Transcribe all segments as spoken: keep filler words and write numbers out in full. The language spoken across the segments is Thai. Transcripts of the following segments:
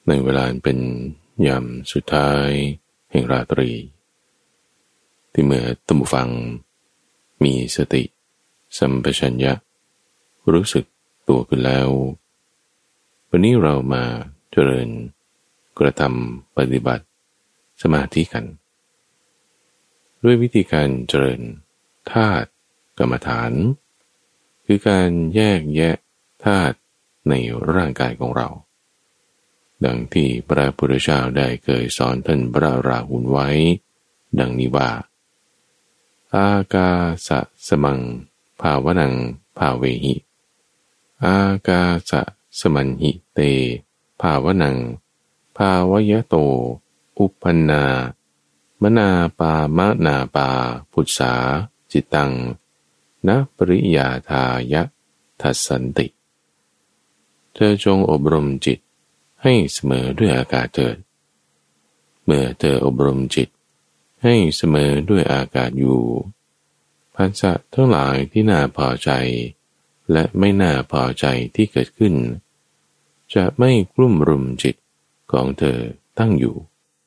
ในเวลาเป็นยามสุดท้ายแห่งราตรีที่เมื่อตัมบูฟังมีสติสัมปชัญญะรู้สึกตัวขึ้นแล้ววันนี้เรามาเจริญกระทำปฏิบัติสมาธิกันด้วยวิธีการเจริญธาตุกรรมฐานคือการแยกแยะธาตุในร่างกายของเราดังที่พระพุทธเจ้าได้เคยสอนท่านพระราหุลไว้ดังนี้ว่าอากาสะสมังภาวนังภาเวหิอากาสะสมันหิเตภาวนังภาวยโตอุปปนามนาปามะนาปาพุทธาจิตตังนะปริยาทายะทัสสันติเธอจงอบรมจิตให้เสมอด้วยอากาศเถิดเมื่อเธออบรมจิตให้เสมอด้วยอากาศอยู่ภาษาทั้งหลายที่น่าพอใจและไม่น่าพอใจที่เกิดขึ้นจะไม่กลุ่มรุมจิตของเธอตั้งอยู่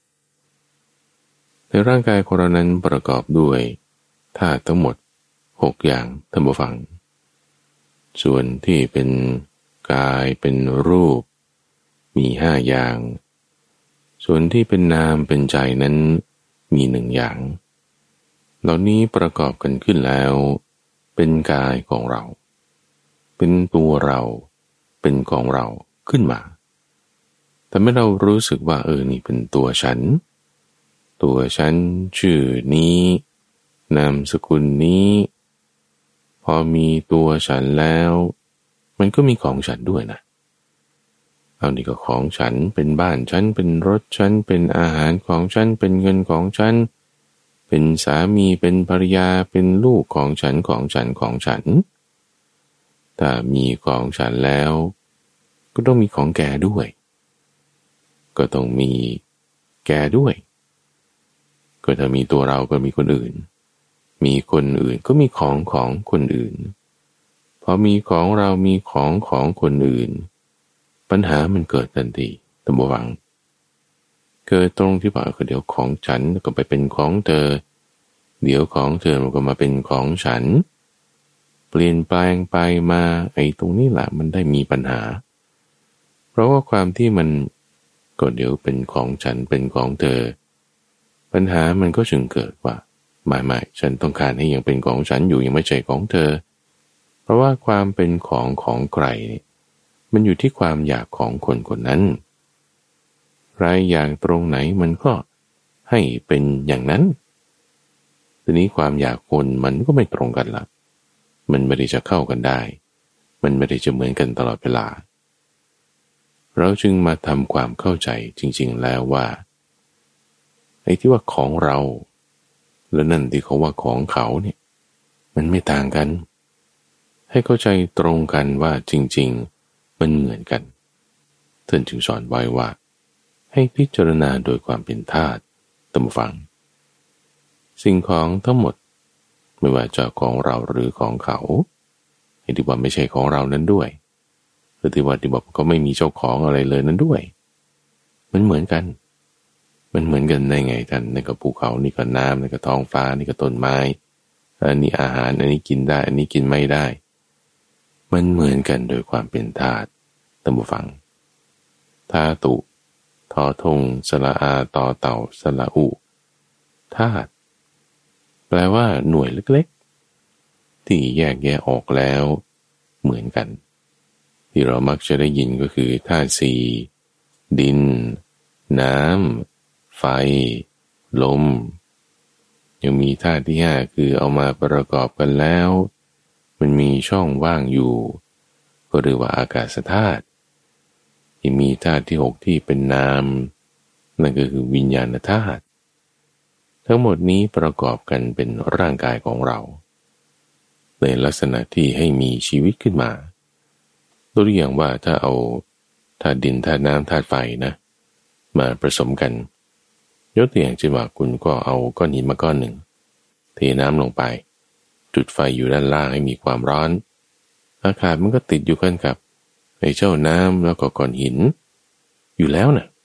ในร่างกายของเรานั้นประกอบด้วยธาตุทั้งหมดหกอย่างท่านผู้ฟังส่วนที่เป็นกายเป็นรูปมีห้าอย่างส่วนที่เป็นนามเป็นใจนั้นมีหนึ่งอย่างเหล่านี้ประกอบกันขึ้นแล้วเป็นกายของเราเป็นตัวเราเป็นของเราขึ้นมาแต่เมื่อเรารู้สึกว่าเออนี่เป็นตัวฉันตัวฉันชื่อนี้นามสกุลนี้พอมีตัวฉันแล้วมันก็มีของฉันด้วยนะเอานี่ก็ของฉันเป็นบ้านฉันเป็นรถฉันเป็นอาหารของฉันเป็นเงินของฉันเป็นสามีเป็นภรรยาเป็นลูกของฉันของฉันของฉันถ้ามีของฉันแล้วก็ต้องมีของแกด้วยก็ต้องมีแกด้วยก็ถ้ามีตัวเราก็มีคนอื่นมีคนอื่นก็มีของของคนอื่นพอมีของเรามีของของคนอื่นปัญหามันเกิดทันทีตั้งบ่วังเกิดตรงที่ว่าเดี๋ยวของฉันก็ไปเป็นของเธอเดี๋ยวของเธอมันก็มาเป็นของฉันเปลี่ยนแปลงไปมาไอ้ตรงนี้แหละมันได้มีปัญหาเพราะว่าความที่มันก็เดี๋ยวเป็นของฉันเป็นของเธอปัญหามันก็จึงเกิดว่าไม่ไม่ฉันต้องการให้ยังเป็นของฉันอยู่ยังไม่ใช่ของเธอเพราะว่าความเป็นของของใครมันอยู่ที่ความอยากของคนคนนั้นใครอยากตรงไหนมันก็ให้เป็นอย่างนั้นทีนี้ความอยากคนมันก็ไม่ตรงกันละมันไม่ได้จะเข้ากันได้มันไม่ได้จะเหมือนกันตลอดเวลาเราจึงมาทำความเข้าใจจริงๆแล้วว่าไอ้ที่ว่าของเราและนั่นที่เขาว่าของเขาเนี่ยมันไม่ต่างกันให้เข้าใจตรงกันว่าจริงๆมันเหมือนกันท่านจึงสอนไว้ว่าให้พิจารณาโดยความเป็นธาตุตามฟังสิ่งของทั้งหมดไม่ว่าจะของเราหรือของเขาให้ที่ว่าไม่ใช่ของเรานั้นด้วยหรือที่ว่าที่บอกก็ไม่มีเจ้าของอะไรเลยนั้นด้วยมันเหมือนกันมันเหมือนกันได้ไงท่านนี่ก็ภูเขานี่ก็น้ำนี่ก็ท้องฟ้านี่ก็ต้นไม้อันนี้อาหารอันนี้กินได้อันนี้กินไม่ได้มันเหมือนกันโดยความเป็นธาตุตามฟังธาตุทอทงสระอาต่อเต่าสระอุธาตุแปลว่าหน่วยเล็กๆที่แยกแยะออกแล้วเหมือนกันที่เรามักจะได้ยินก็คือธาตุสี่ดินน้ำไฟลมยังมีธาตุที่ห้าคือเอามาประกอบกันแล้วมันมีช่องว่างอยู่ก็เรียกว่าอากาศธาตุยังมีธาตุที่หกที่เป็นนามนั่นก็คือวิญญาณธาตุทั้งหมดนี้ประกอบกันเป็นร่างกายของเราในลักษณะที่ให้มีชีวิตขึ้นมาตัวอย่างว่าถ้าเอาธาตุดินธาตุน้ำธาตุไฟนะมาผสมกันยกตัวอย่างเช่นว่าคุณก็เอาก้อนหินมาก้อนหนึ่งเทน้ำลงไปจุดไฟอยู่ด้านล่างให้มีความร้อนอากาศมันก็ติดอยู่กันกับไอ้เจ้าน้ำแล้วก็ก้อนหินอยู่แล้วนะ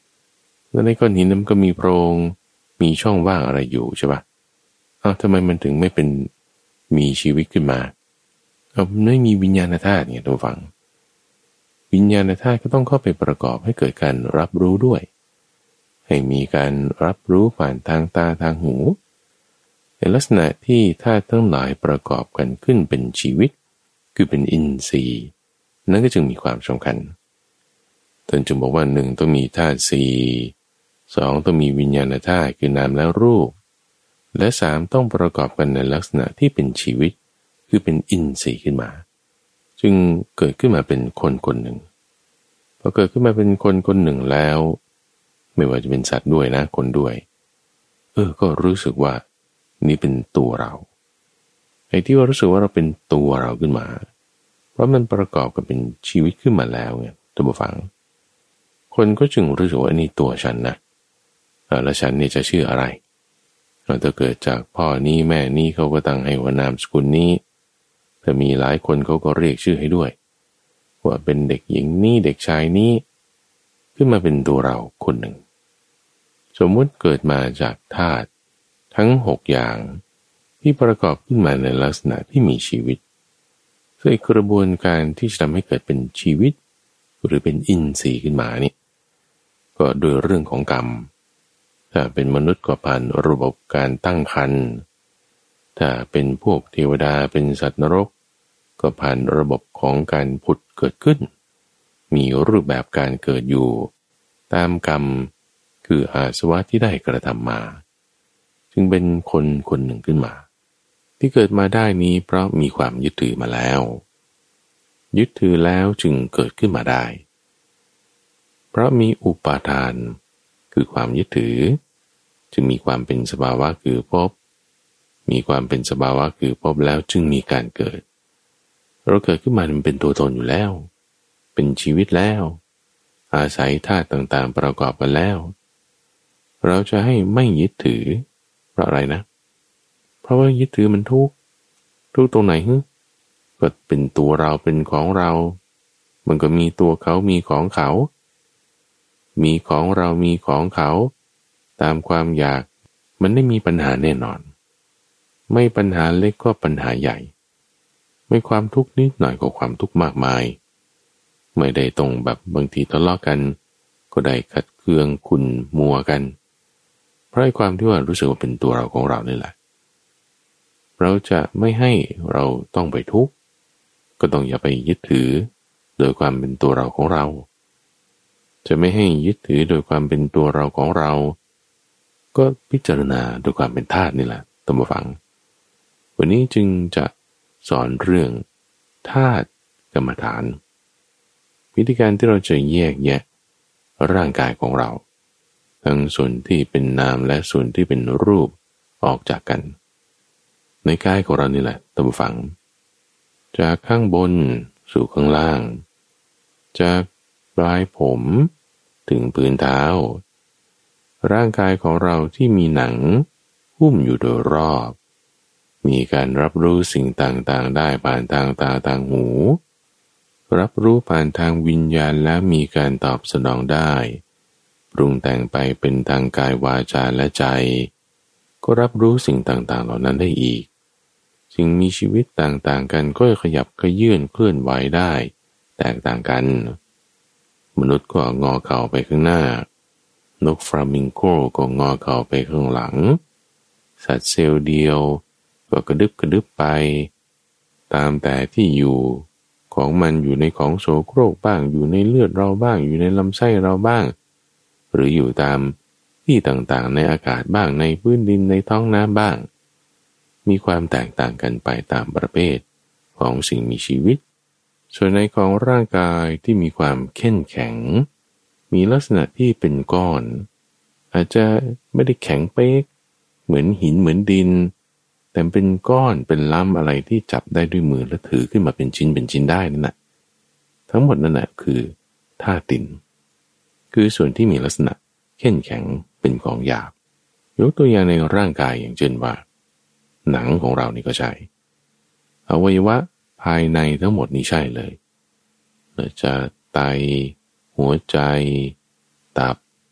แล้วในก้อนหินนั้นก็มีโพรงมีช่องว่างอะไรอยู่ใช่ปะอ้าวทำไมมันถึงไม่เป็นมีชีวิตขึ้นมาเอาไม่มีวิญญาณธาตุเนี่ยทุกฝังวิญญาณธาตุก็ต้องเข้าไปประกอบให้เกิดการรับรู้ด้วยให้มีการรับรู้ผ่านทางตาทางหูในลักษณะที่ธาตุทั้งหลายประกอบกันขึ้นเป็นชีวิตคือเป็นอินทรีย์นั่นก็จึงมีความสำคัญท่านจึงบอกว่าหนึ่งต้องมีธาตุสี่สองต้องมีวิญญาณธาตุคือนามและรูปและสามต้องประกอบกันในลักษณะที่เป็นชีวิตคือเป็นอินทรีย์ขึ้นมาจึงเกิดขึ้นมาเป็นคนคนหนึ่งพอเกิดขึ้นมาเป็นคนคนหนึ่งแล้วไม่ว่าจะเป็นสัตว์ด้วยนะคนด้วยเออก็รู้สึกว่านี่เป็นตัวเราไอ้ที่ว่ารู้สึกว่าเราเป็นตัวเราขึ้นมาเพราะมันประกอบกับเป็นชีวิตขึ้นมาแล้วไงตัวผู้ฟังคนก็จึงรู้สึกว่านี่ตัวฉันนะแล้วฉันเนี่ยจะชื่ออะไรเราจะเกิดจากพ่อนี้แม่นี้เขาก็ตั้งให้ว่านามสกุลนี้แต่มีหลายคนเขาก็เรียกชื่อให้ด้วยว่าเป็นเด็กหญิงนี้เด็กชายนี้ขึ้นมาเป็นตัวเราคนหนึ่งสมมุติเกิดมาจากธาตุทั้งหกอย่างที่ประกอบขึ้นมาในลักษณะที่มีชีวิตซึ่งกระบวนการที่จะทำให้เกิดเป็นชีวิตหรือเป็นอินทรีย์ขึ้นมานี่ก็โดยเรื่องของกรรมถ้าเป็นมนุษย์ก็ผ่านระบบการตั้งครรภ์ถ้าเป็นพวกเทวดาเป็นสัตว์นรกก็ผ่านระบบของการผุดเกิดขึ้นมีรูปแบบการเกิดอยู่ตามกรรมคืออาสวะที่ได้กระทำมาจึงเป็นคนคนหนึ่งขึ้นมาที่เกิดมาได้นี้เพราะมีความยึดถือมาแล้วยึดถือแล้วจึงเกิดขึ้นมาได้เพราะมีอุปาทานคือความยึดถือจึงมีความเป็นสภาวะคือภพมีความเป็นสภาวะคือภพแล้วจึงมีการเกิดเราเกิดขึ้นมามันเป็นตัวตนอยู่แล้วเป็นชีวิตแล้วอาศัยธาตุต่างๆประกอบกันแล้วเราจะให้ไม่ยึดถือเพราะอะไรนะเพราะว่ายึดถือมันทุกข์ทุกข์ตรงไหนฮึก็เป็นตัวเราเป็นของเรามันก็มีตัวเขามีของเขามีของเรามีของเขาตามความอยากมันไม่มีปัญหาแน่นอนไม่ปัญหาเล็กก็ปัญหาใหญ่ไม่ความทุกข์นิดหน่อยก็ความทุกข์มากมายไม่ได้ตรงแบบบางทีทะเลาะกันก็ได้ขัดเคืองขุ่นมัวกันเพราะความที่ว่ารู้สึกว่าเป็นตัวเราของเรานี่แหละเราจะไม่ให้เราต้องไปทุกข์ก็ต้องอย่าไปยึดถือโดยความเป็นตัวเราของเราจะไม่ให้ยึดถือโดยความเป็นตัวเราของเราก็พิจารณาโดยความเป็นธาตุนี่แหละตั้งมาฟังวันนี้จึงจะสอนเรื่องธาตุกรรมฐานวิธีการที่เราจะแยกแยะร่างกายของเราทั้งส่วนที่เป็นนามและส่วนที่เป็นรูปออกจากกันในกายของเรานี่แหละตั้งมาฟังจากข้างบนสู่ข้างล่างจากปลายผมถึงพื้นเท้าร่างกายของเราที่มีหนังหุ้มอยู่โดยรอบมีการรับรู้สิ่งต่างๆได้ผ่านทางตาทางหูรับรู้ผ่านทางวิญญาณและมีการตอบสนองได้ปรุงแต่งไปเป็นทางกายวาจาและใจก็รับรู้สิ่งต่างๆเหล่านั้นได้อีกสิ่งมีชีวิตต่างๆกันก็ขยับขยื่นเคลื่อนไหวได้แตกต่างกันมนุษย์ก็งอเข่าไปข้างหน้านกฟลามิงโกก็งอเข่าไปข้างหลังสัตว์เซลล์เดียวก็กระดึบกระดึบไปตามแต่ที่อยู่ของมันอยู่ในของโสโครกบ้างอยู่ในเลือดเราบ้างอยู่ในลำไส้เราบ้างหรืออยู่ตามที่ต่างๆในอากาศบ้างในพื้นดินในท้องน้ำบ้างมีความแตกต่างกันไปตามประเภทของสิ่งมีชีวิตส่วนในของร่างกายที่มีความเข้มแข็งมีลักษณะที่เป็นก้อนอาจจะไม่ได้แข็งเป๊กเหมือนหินเหมือนดินแต่เป็นก้อนเป็นล้ำอะไรที่จับได้ด้วยมือและถือขึ้นมาเป็นชิ้นเป็นชิ้นได้นั่นแหละทั้งหมดนั่นแหละคือธาตุดินคือส่วนที่มีลักษณะเข้มแข็งเป็นของหยาบยกตัวอย่างในร่างกายอย่างเช่นว่าหนังของเรานี่ก็ใช่อวัยวะภายในทั้งหมดนี้ใช่เลยเราจะไตหัวใจตับ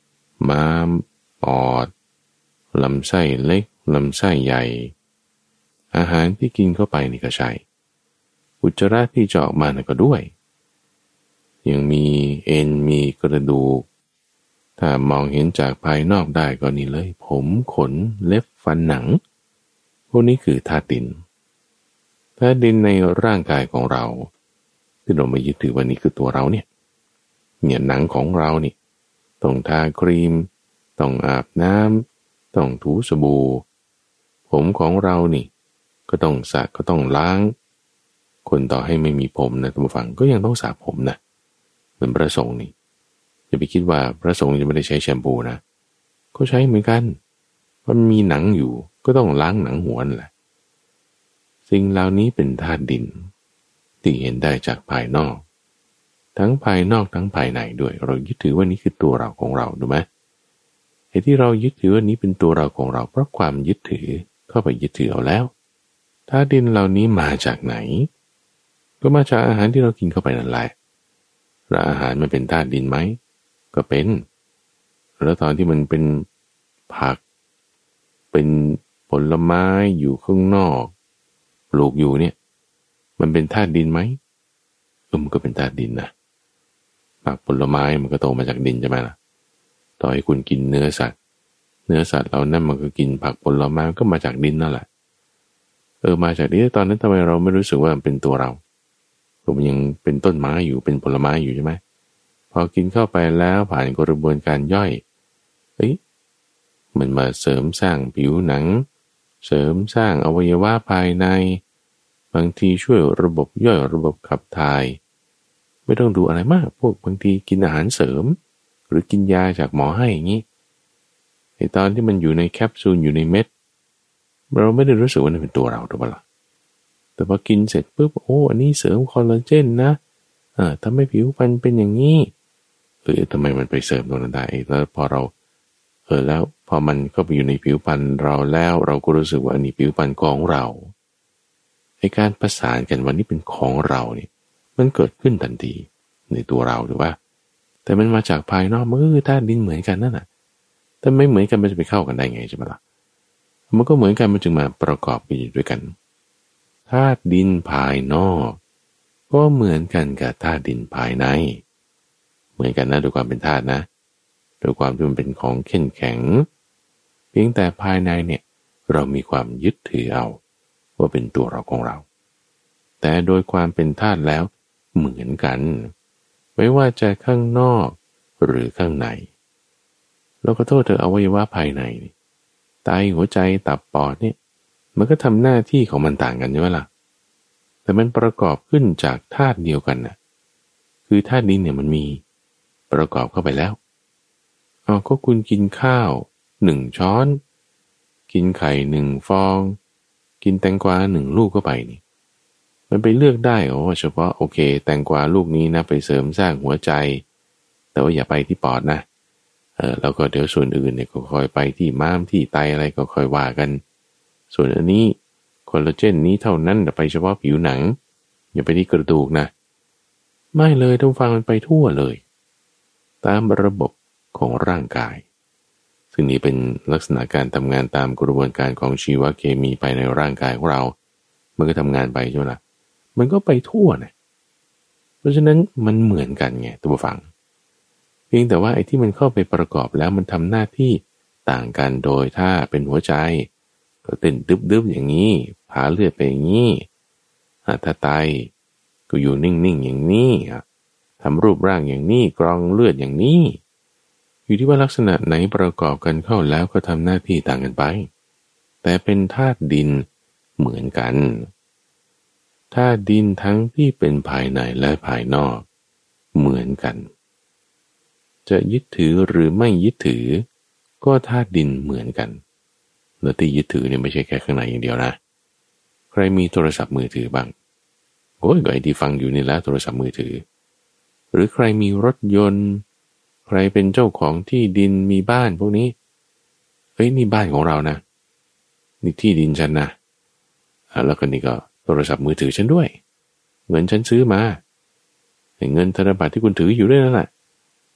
ม้ามปอดลำไส้เล็กลำไส้ใหญ่อาหารที่กินเข้าไปนี่ก็ใช่อุจจาระที่จะออกมานี่ก็ด้วยยังมีเอ็นมีกระดูกถ้ามองเห็นจากภายนอกได้ก็นี่เลยผมขนเล็บฟันหนังพวกนี้คือธาตุดินธาตุดินในร่างกายของเราที่เราไม่ยึดถือว่านี่คือตัวเราเนี่ยเนี่ยหนังของเรานี่ต้องทาครีมต้องอาบน้ำต้องถูสบู่ผมของเรานี่ก็ต้องสระก็ต้องล้างคนต่อให้ไม่มีผมนะท่านผู้ฟังก็ยังต้องสระผมนะเหมือนพระสงฆ์นี่อย่าไปคิดว่าพระสงฆ์จะไม่ได้ใช้แชมพูนะก็ใช้เหมือนกันมันมีหนังอยู่ก็ต้องล้างหนังหัวนั่นแหละสิ่งเหล่านี้เป็นธาตุดินที่เห็นได้จากภายนอกทั้งภายนอกทั้งภายในด้วยเรายึดถือว่านี้คือตัวเราของเราถูกไหมไอ้ที่เรายึดถือว่านี้เป็นตัวเราของเราเพราะความยึดถือเข้าไปยึดถือเอาแล้วธาตุดินเหล่านี้มาจากไหนก็มาจากอาหารที่เรากินเข้าไปนั่นแหละแล้วอาหารมันเป็นธาตุดินไหมก็เป็นแล้วตอนที่มันเป็นผักเป็นผลไม้อยู่ข้างนอกปลูกอยู่เนี่ยมันเป็นธาตุดินไหมเออมันก็เป็นธาตุดินนะผักผลไม้มันก็โตมาจากดินใช่ไหมล่ะต่อให้คุณกินเนื้อสัตว์เนื้อสัตว์เหล่านั้นมันก็กินผักผลไม้ก็มาจากดินนั่นแหละเออมาจากดินตอนนั้นทำไมเราไม่รู้สึกว่ามันเป็นตัวเรามันยังเป็นต้นไม้อยู่เป็นผลไม้อยู่ใช่ไหมพอกินเข้าไปแล้วผ่านกระบวนการย่อยเอ้ยมันมาเสริมสร้างผิวหนังเสริมสร้างอวัยวะภายในบางทีช่วยระบบย่อยระบบขับถ่ายไม่ต้องดูอะไรมากพวกบางทีกินอาหารเสริมหรือกินยาจากหมอให้อย่างนี้ไอ้ตอนที่มันอยู่ในแคปซูลอยู่ในเม็ดเราไม่ได้รู้สึกว่ามันเป็นตัวเราถูกปะล่ะแต่พอกินเสร็จปุ๊บโอ้อันนี้เสริมคอลลาเจนนะอ่าทำให้ผิวพรรณเป็นอย่างนี้เออทำไมมันไปเสริมตรงนั้นได้แล้วพอเราเออแล้วพอมันเข้าไปอยู่ในผิวพรรณเราแล้วเราก็รู้สึกว่าอันนี้ผิวพรรณของเราไอ้การประสานกันวันนี้เป็นของเราเนี่ยมันเกิดขึ้นทันทีในตัวเราหรือว่าแต่มันมาจากภายนอกมันก็คือธาตุดินเหมือนกันนั่นแหละแต่ไม่เหมือนกันมันจะไปเข้ากันได้ไงใช่ไหมล่ะมันก็เหมือนกันมันจึงมาประกอบกันอยู่ด้วยกันธาตุดินภายนอกก็เหมือนกันกับธาตุดินภายในเหมือนกันนะโดยความเป็นธาตุนะโดยความที่มันเป็นของเข้มแข็งเพียงแต่ภายในเนี่ยเรามีความยึดถือเอาว่าเป็นตัวเราของเราแต่โดยความเป็นธาตุแล้วเหมือนกันไม่ว่าจะข้างนอกหรือข้างในเราก็โทษเธออวัยวะภายในไตหัวใจตับปอดเนี่ยมันก็ทำหน้าที่ของมันต่างกันใช่ไหมล่ะแต่มันประกอบขึ้นจากธาตุเดียวกันน่ะคือธาตุดินเนี่ยมันมีประกอบเข้าไปแล้วเอาก็คุณกินข้าวหนึ่งช้อนกินไข่หนึ่งฟองกินแตงกวาหนึ่งลูกเข้าไปนี่มันไปเลือกได้โอ้เฉพาะโอเคแตงกวาลูกนี้นะไปเสริมสร้างหัวใจแต่ว่าอย่าไปที่ปอดนะเออแล้วก็เดี๋ยวส่วนอื่นเนี่ยก็ค่อยไปที่ม้ามที่ไตอะไรก็ค่อยว่ากันส่วนอันนี้คอลลาเจนนี้เท่านั้นแต่ไปเฉพาะผิวหนังอย่าไปที่กระดูกนะไม่เลยทุกฟังมันไปทั่วเลยตามระบบของร่างกายซึ่งนี้เป็นลักษณะการทำงานตามกระบวนการของชีวเคมีภายในร่างกายของเรามันก็ทำงานไปใช่ไหมล่ะมันก็ไปทั่วนะเพราะฉะนั้นมันเหมือนกันไงตัวฟังเพียงแต่ว่าไอ้ที่มันเข้าไปประกอบแล้วมันทำหน้าที่ต่างกันโดยถ้าเป็นหัวใจก็เต้นดึบๆอย่างนี้พาเลือดไปอย่างนี้ถ้าไตก็อยู่นิ่งๆอย่างนี้ทำรูปร่างอย่างนี้กรองเลือดอย่างนี้อยู่ที่ว่าลักษณะไหนประกอบกันเข้าแล้วก็ทำหน้าที่ต่างกันไปแต่เป็นธาตุดินเหมือนกันธาตุดินทั้งที่เป็นภายในและภายนอกเหมือนกันจะยึดถือหรือไม่ยึดถือก็ธาตุดินเหมือนกันแล้วที่ยึดถือเนี่ยไม่ใช่แค่ข้างในอย่างเดียวนะใครมีโทรศัพท์มือถือบ้างโอ้ยก็ไอ้ที่ฟังอยู่นี่แหละโทรศัพท์มือถือหรือใครมีรถยนต์ใครเป็นเจ้าของที่ดินมีบ้านพวกนี้เฮ้ยนี่บ้านของเรานะนี่ที่ดินฉันนะแล้วก็นี่ก็โทรศัพท์มือถือฉันด้วยเงินฉันซื้อมาเงินธนบัตรที่คุณถืออยู่ด้วยนั่นแหละ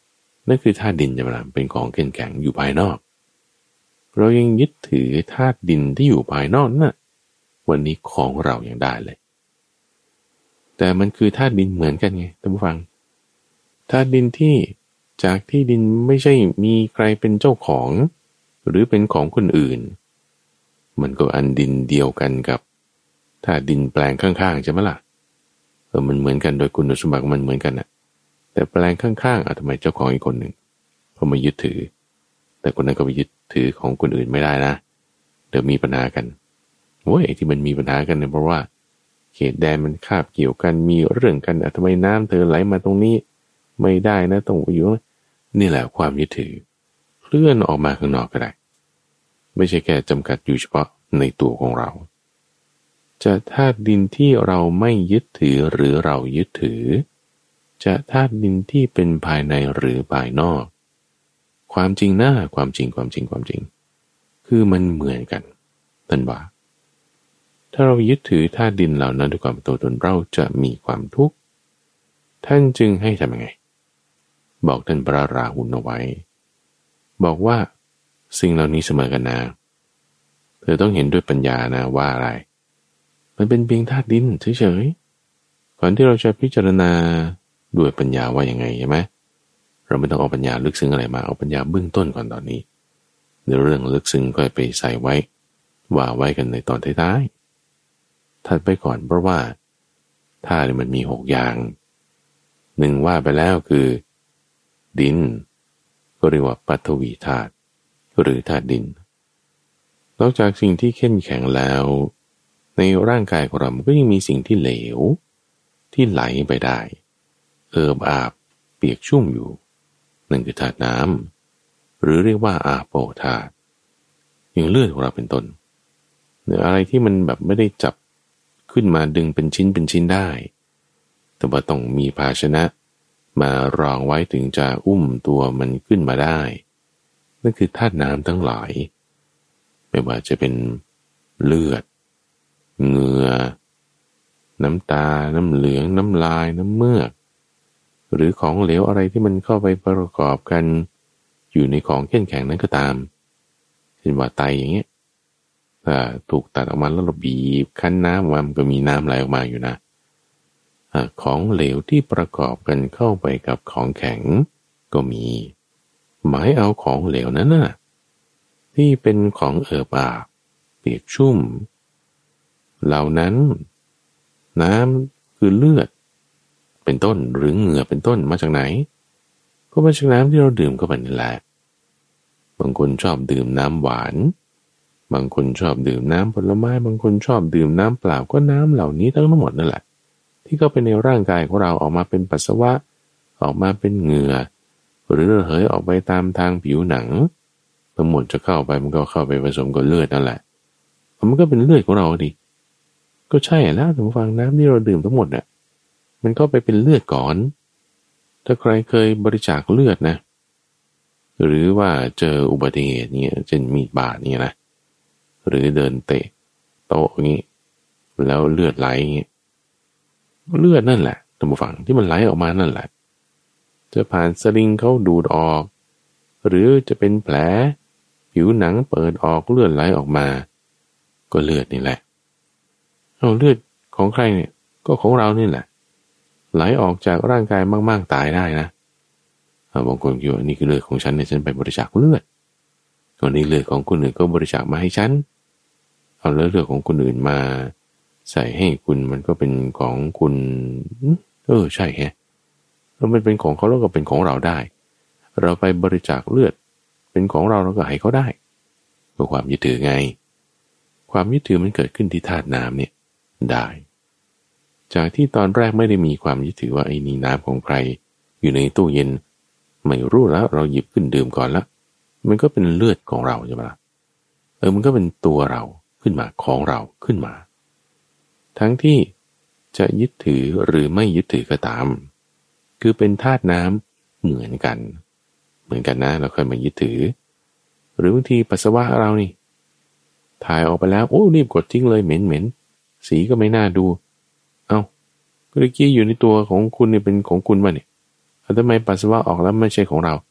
นั่นคือธาตุดินใช่ไหมล่ะเป็นของแข็งแข็งอยู่ภายนอกเรายังยึดถือธาตุดินที่อยู่ภายนอกนั่นวันนี้ของเรายังได้เลยแต่มันคือธาตุดินเหมือนกันไงท่านผู้ฟังธาตุดินที่จากที่ดินไม่ใช่มีใครเป็นเจ้าของหรือเป็นของคนอื่นมันก็อันดินเดียวกันกับธาตุดินแปลงข้างๆใช่ไหมล่ะเออมันเหมือนกันโดยคุณสมบัติมันเหมือนกันน่ะแต่แปลงข้างๆอ่ะทำไมเจ้าของอีกคนหนึ่งเขามายึดถือแต่คนนั้นก็ไปยึดถือของคนอื่นไม่ได้นะเดี๋ยวมีปัญหากันโอ้ยที่มันมีปัญหากันเนี่ยเพราะว่าเขตแดนมันคาบเกี่ยวกันมีเรื่องกันทำไมน้ำเธอไหลมาตรงนี้ไม่ได้นะต้องอยู่นี่แหละความยึดถือเคลื่อนออกมาข้างนอกก็ได้ไม่ใช่แค่จำกัดอยู่เฉพาะในตัวของเราจะธาตุดินที่เราไม่ยึดถือหรือเรายึดถือจะธาตุดินที่เป็นภายในหรือภายนอกความจริงหน้าความจริงความจริงความจริงคือมันเหมือนกันท่านว่าถ้าเรายึดถือธาตุดินเหล่านั้นด้วยความตัวตนเราจะมีความทุกข์ท่านจึงให้ทำยังไงบอกท่านพระราหุลเอาไว้บอกว่าสิ่งเหล่านี้เสมอกันนะเธอต้องเห็นด้วยปัญญานะว่าอะไรมันเป็นเพียงธาตุดินเฉยๆก่อนที่เราจะพิจารณาด้วยปัญญาว่ายังไงใช่ไหมเราไม่ต้องเอาปัญญาลึกซึ้งอะไรมาเอาปัญญาเบื้องต้นก่อนตอนนี้ในเรื่องลึกซึ้งก็ไปใส่ไว้ว่าไว้กันในตอนท้ายๆถัดไปก่อนเพราะว่าธาตุมันมีหกอย่างหนึ่งว่าไปแล้วคือดินก็เรียกว่าปฐวีธาตุหรือธาตุดินนอกจากสิ่งที่เข้มแข็งแล้วในร่างกายของเราก็ยังมีสิ่งที่เหลวที่ไหลไปได้เอิบอาบเปียกชุ่มอยู่นั่นคือธาตุน้ำหรือเรียกว่าอาโปธาตุอย่างเลือดของเราเป็นต้นหรืออะไรที่มันแบบไม่ได้จับขึ้นมาดึงเป็นชิ้นเป็นชิ้นได้แต่ว่าต้องมีภาชนะมารองไว้ถึงจะอุ้มตัวมันขึ้นมาได้นั่นคือธาตุน้ำทั้งหลายไม่ว่าจะเป็นเลือดเหงื่อน้ำตาน้ำเหลืองน้ำลายน้ำเมือกหรือของเหลวอะไรที่มันเข้าไปประกอบกันอยู่ในของแข็งแข็งนั้นก็ตามเช่นว่าไตอย่างเงี้ยถ้าถูกตัดออกมาแล้วเราบีบคั้นน้ำมันก็มีน้ำไหลออกมาอยู่นะของเหลวที่ประกอบกันเข้าไปกับของแข็งก็มีหมายเอาของเหลวนั้นน่ะที่เป็นของเอิบอาบเปียกชุ่มเหล่านั้นน้ำคือเลือดเป็นต้นหรือเหงื่อเป็นต้นมาจากไหนก็มาจากน้ำที่เราดื่มเข้าไปนี่แหละบางคนชอบดื่มน้ำหวานบางคนชอบดื่มน้ำผลไม้บางคนชอบดื่มน้ำเปล่าก็น้ำเหล่านี้ทั้งหมดนั่นแหละที่เข้าไปในร่างกายของเราออกมาเป็นปัสสาวะออกมาเป็นเหงื่อหรือระเหยออกไปตามทางผิวหนังทั้งหมดจะเข้าไปมันก็เข้าไปผสมกับเลือดนั่นแหละมันก็เป็นเลือดของเราดิก็ใช่แล้วถึงฟังน้ำที่เราดื่มทั้งหมดเนี่ยมันก็ไปเป็นเลือดก่อนถ้าใครเคยบริจาคเลือดนะหรือว่าเจออุบัติเหตุเนี่ยเช่นมีดบาดเนี่ยนะหรือเดินเตะโต๊ะอย่างนี้แล้วเลือดไหลอย่างนี้เลือดนั่นแหละท่านผู้ฟังที่มันไหลออกมานั่นแหละจะผ่านสลิงเขาดูดออกหรือจะเป็นแผลผิวหนังเปิดออกเลือดไหลออกมาก็เลือดนี่แหละเอาเลือดของใครเนี่ยก็ของเรานี่แหละไหลออกจากร่างกายมากๆตายได้นะบางคนคิดว่านี่คือเลือดของฉันเนี่ยฉันไปบริจาคเลือดคนนี้เลือดของคนอื่นก็บริจาคมาให้ฉันเอาเลือดของคนอื่นมาใส่ให้คุณมันก็เป็นของคุณเออใช่แฮะแล้วมันเป็นของเขาแล้วก็เป็นของเราได้เราไปบริจาคเลือดเป็นของเราเราก็ให้เขาได้เพราะความยึดถือไงความยึดถือมันเกิดขึ้นที่ธาตุน้ำเนี่ยได้จากที่ตอนแรกไม่ได้มีความยึดถือว่าไอ้นี่น้ำของใครอยู่ในตู้เย็นไม่รู้แล้วเราหยิบขึ้นดื่มก่อนละมันก็เป็นเลือดของเราใช่ไหมล่ะเออมันก็เป็นตัวเราขึ้นมาของเราขึ้นมาทั้งที่จะยึดถือหรือไม่ยึดถือก็ตามคือเป็นธาตุน้ำเหมือนกันเหมือนกันนะเราเคยมายึดถือหรือบางทีปัสสาวะเรานี่ถ่ายออกไปแล้วโอ้รีบกดทิ้งเลยเหม็นเหม็นสีก็ไม่น่าดูเอ้าก็เมื่อกี้อยู่ในตัวของคุณเนี่ยเป็นของคุณวะเนี่ยทำไมปัสสาวะออกแล้วไม่ใช่ของเรา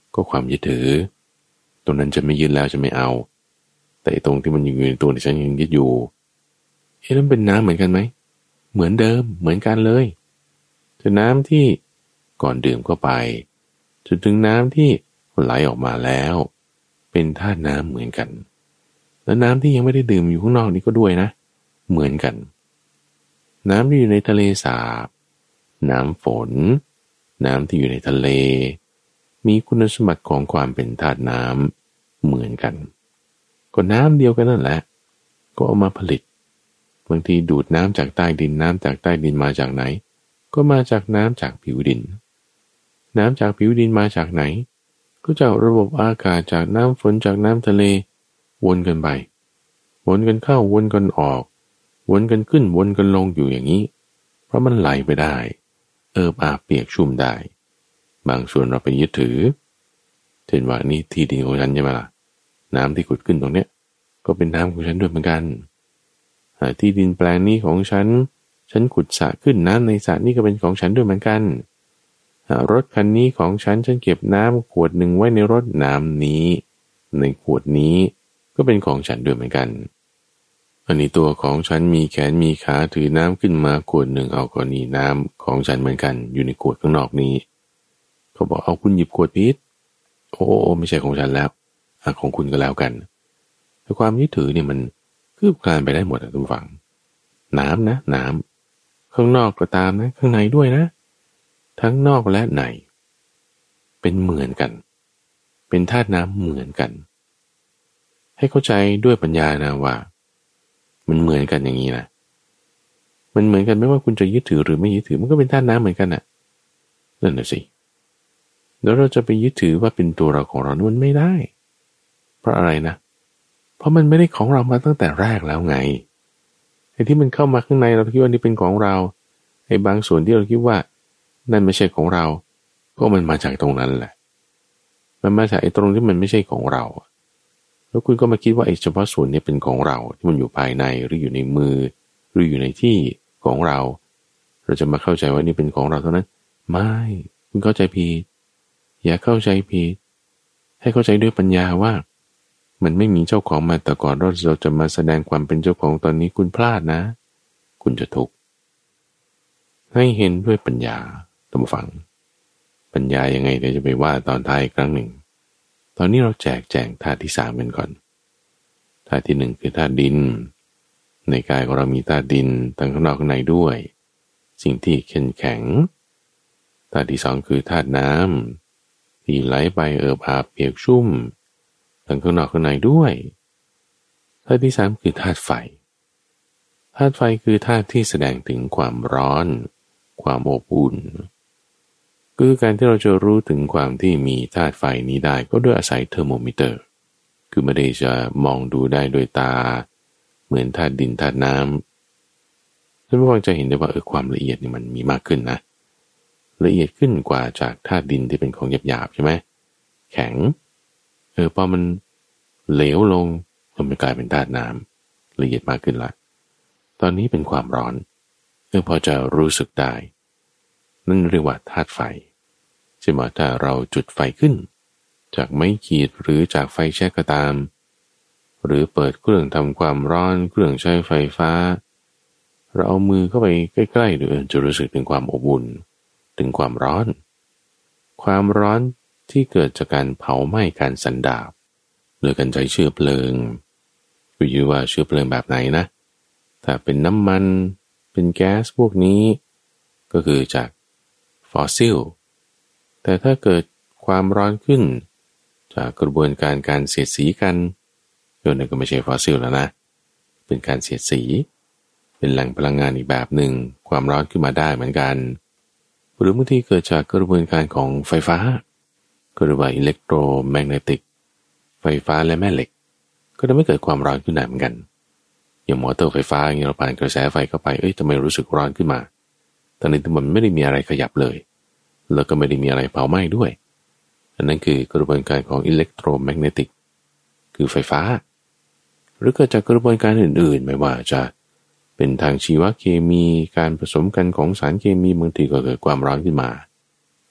ก็ความยึดถือตรงนั้นจะไม่ยึดแล้วจะไม่เอาแต่ตรงที่มันอยู่ในตัวที่ฉันยังยึดอยู่เอ๊ะนั้นเป็นน้ำเหมือนกันไหมเหมือนเดิมเหมือนกันเลยจะน้ำที่ก่อนดื่มเข้าไปจนถึงน้ำที่ไหลออกมาแล้วเป็นธาตุน้ำเหมือนกันแล้วน้ำที่ยังไม่ได้ดื่มอยู่ข้างนอกนี้ก็ด้วยนะเหมือนกันน้ำที่อยู่ในทะเลสาบน้ำฝนน้ำที่อยู่ในทะเลมีคุณสมบัติของความเป็นธาตุน้ำเหมือนกันก็น้ำเดียวกันนั่นแหละก็เอามาผลิตบางทีดูดน้ำจากใต้ดินน้ำจากใต้ดินมาจากไหนก็มาจากน้ำจากผิวดินน้ำจากผิวดินมาจากไหนก็จากระบบอากาศจากน้ำฝนจากน้ำทะเลวนกันไปวนกันเข้าวนกันออกวนกันขึ้นวนกันลงอยู่อย่างนี้เพราะมันไหลไปได้เอิบอาบเปียกชุ่มได้บางส่วนเราไปยึดถือเช่นว่านี่ที่ดินของฉันใช่ไหมล่ะน้ำที่ขุดขึ้นตรงเนี้ยก็เป็นน้ำของฉันด้วยเหมือนกันที่ดินแปลงนี้ของฉันฉันขุดสระขึ้นน้ำในสระนี่ก็เป็นของฉันด้วยเหมือนกันรถคันนี้ของฉันฉันเก็บน้ำขวดหนึ่งไว้ในรถน้ำนี้ในขวดนี้ก็เป็นของฉันด้วยเหมือนกันอันนี้ตัวของฉันมีแขนมีขาถือน้ำขึ้นมาขวดหนึ่งเอาก็นี่น้ำของฉันเหมือนกันอยู่ในขวดข้างนอกนี้เขาบอกเอาคุณหยิบขวดพีชโอ้โอ้ไม่ใช่ของฉันแล้วของคุณก็แล้วกันแต่ความยึดถือเนี่ยมันคืบคลานไปได้หมดทุกฝั่งน้ำนะน้ำข้างนอกก็ตามนะข้างในด้วยนะทั้งนอกและในเป็นเหมือนกันเป็นธาตุน้ำเหมือนกันให้เข้าใจด้วยปัญญานะว่ามันเหมือนกันอย่างนี้นะมันเหมือนกันไม่ว่าคุณจะยึดถือหรือไม่ยึดถือมันก็เป็นธาตุน้ำเหมือนกันน่ะนั่นน่ะสิแล้วเราจะไปยึดถือว่าเป็นตัวเราของเรามันไม่ได้เพราะอะไรนะเพราะมันไม่ได้ของเรามาตั้งแต่แรกแล้วไงไอ้ที่มันเข้ามาข้างในเราคิดว่านี่เป็นของเราไอ้บางส่วนที่เราคิดว่านั่นไม่ใช่ของเราก็มันมาจากตรงนั้นแหละมันมาจากไอ้ตรงที่มันไม่ใช่ของเราแล้วคุณก็มาคิดว่าไอ้เฉพาะส่วนนี้เป็นของเราที่มันอยู่ภายในหรืออยู่ในมือหรืออยู่ในที่ของเราเราจะมาเข้าใจว่านี่เป็นของเราเท่านั้นไม่คุณเข้าใจผิดอย่าเข้าใจผิดให้เข้าใจด้วยปัญญาว่ามันไม่มีเจ้าของมาแต่ก่อนเราจะมาแสดงความเป็นเจ้าของตอนนี้คุณพลาดนะคุณจะทุกข์ให้เห็นด้วยปัญญาท่านผู้ฟังปัญญายังไงเดี๋ยวจะไปว่าตอนท้ายอีกครั้งหนึ่งตอนนี้เราแจกแจงธาตุที่สามกันก่อนธาตุที่หนึ่งคือธาตุดินในกายของเรามีธาตุดินทั้งข้างนอกข้างในด้วยสิ่งที่แข็งแข็งธาตุที่สองคือธาตุน้ำที่ไหลไปเอิบอาบเปียกชุ่มทั้งข้างนอกข้างในด้วยธาตุที่สามคือธาตุไฟธาตุไฟคือธาตุที่แสดงถึงความร้อนความอบอุ่นคือการที่เราจะรู้ถึงความที่มีธาตุไฟนี้ได้ก็ด้วยอาศัยเทอร์โมมิเตอร์คือไม่ได้จะมองดูได้โดยตาเหมือนธาตุดินธาตุน้ำท่านผู้ฟังจะเห็นได้ว่าเออความละเอียดนี่มันมีมากขึ้นนะละเอียดขึ้นกว่าจากธาตุดินที่เป็นของหยาบๆใช่ไหมแข็งเออพอมันเหลวลงมันกลายเป็นธาตุน้ำละเอียดมากขึ้นละตอนนี้เป็นความร้อนเออพอจะรู้สึกได้นั่นเรียกว่าธาตุไฟใช่ไหมถ้าเราจุดไฟขึ้นจากไม้ขีดหรือจากไฟแช็กก็ตามหรือเปิดเครื่องทำความร้อนเครื่องใช้ไฟฟ้าเราเอามือเข้าไปใกล้ๆดูจะรู้สึกถึงความอบอุ่นถึงความร้อนความร้อนที่เกิดจากการเผาไหม้การสันดาปโดยการใช้เชื้อเพลิงก็อยู่ว่าเชื้อเพลิงแบบไหนนะถ้าเป็นน้ำมันเป็นแก๊สพวกนี้ก็คือจากฟอสซิลแต่ถ้าเกิดความร้อนขึ้นจากกระบวนการการเสียดสีกันโดยนั้นก็ไม่ใช่ฟอสซิลแล้วนะเป็นการเสียดสีเป็นแหล่งพลังงานอีกแบบหนึ่งความร้อนขึ้นมาได้เหมือนกันหรือบางทีเกิดจากกระบวนการของไฟฟ้าก็เรียกว่าอิเล็กโทรแมกเนติกไฟฟ้าและแม่เหล็กก็ทำให้เกิดความร้อนขึ้นได้เหมือนกันอย่างมอเตอร์ไฟฟ้าอย่างเราผ่านกระแสไฟเข้าไปเอ้ยทำไมรู้สึกร้อนขึ้นมาตอนนี้มันไม่ได้มีอะไรขยับเลยแล้วก็ไม่ได้มีอะไรเผาไหม้ด้วยอันนั้นคือกระบวนการของอิเล็กโทรแมกเนติกคือไฟฟ้าหรือเกิดจากกระบวนการอื่นๆไม่ว่าจะเป็นทางชีวเคมีการผสมกันของสารเคมีบางทีก็เกิดความร้อนขึ้นมา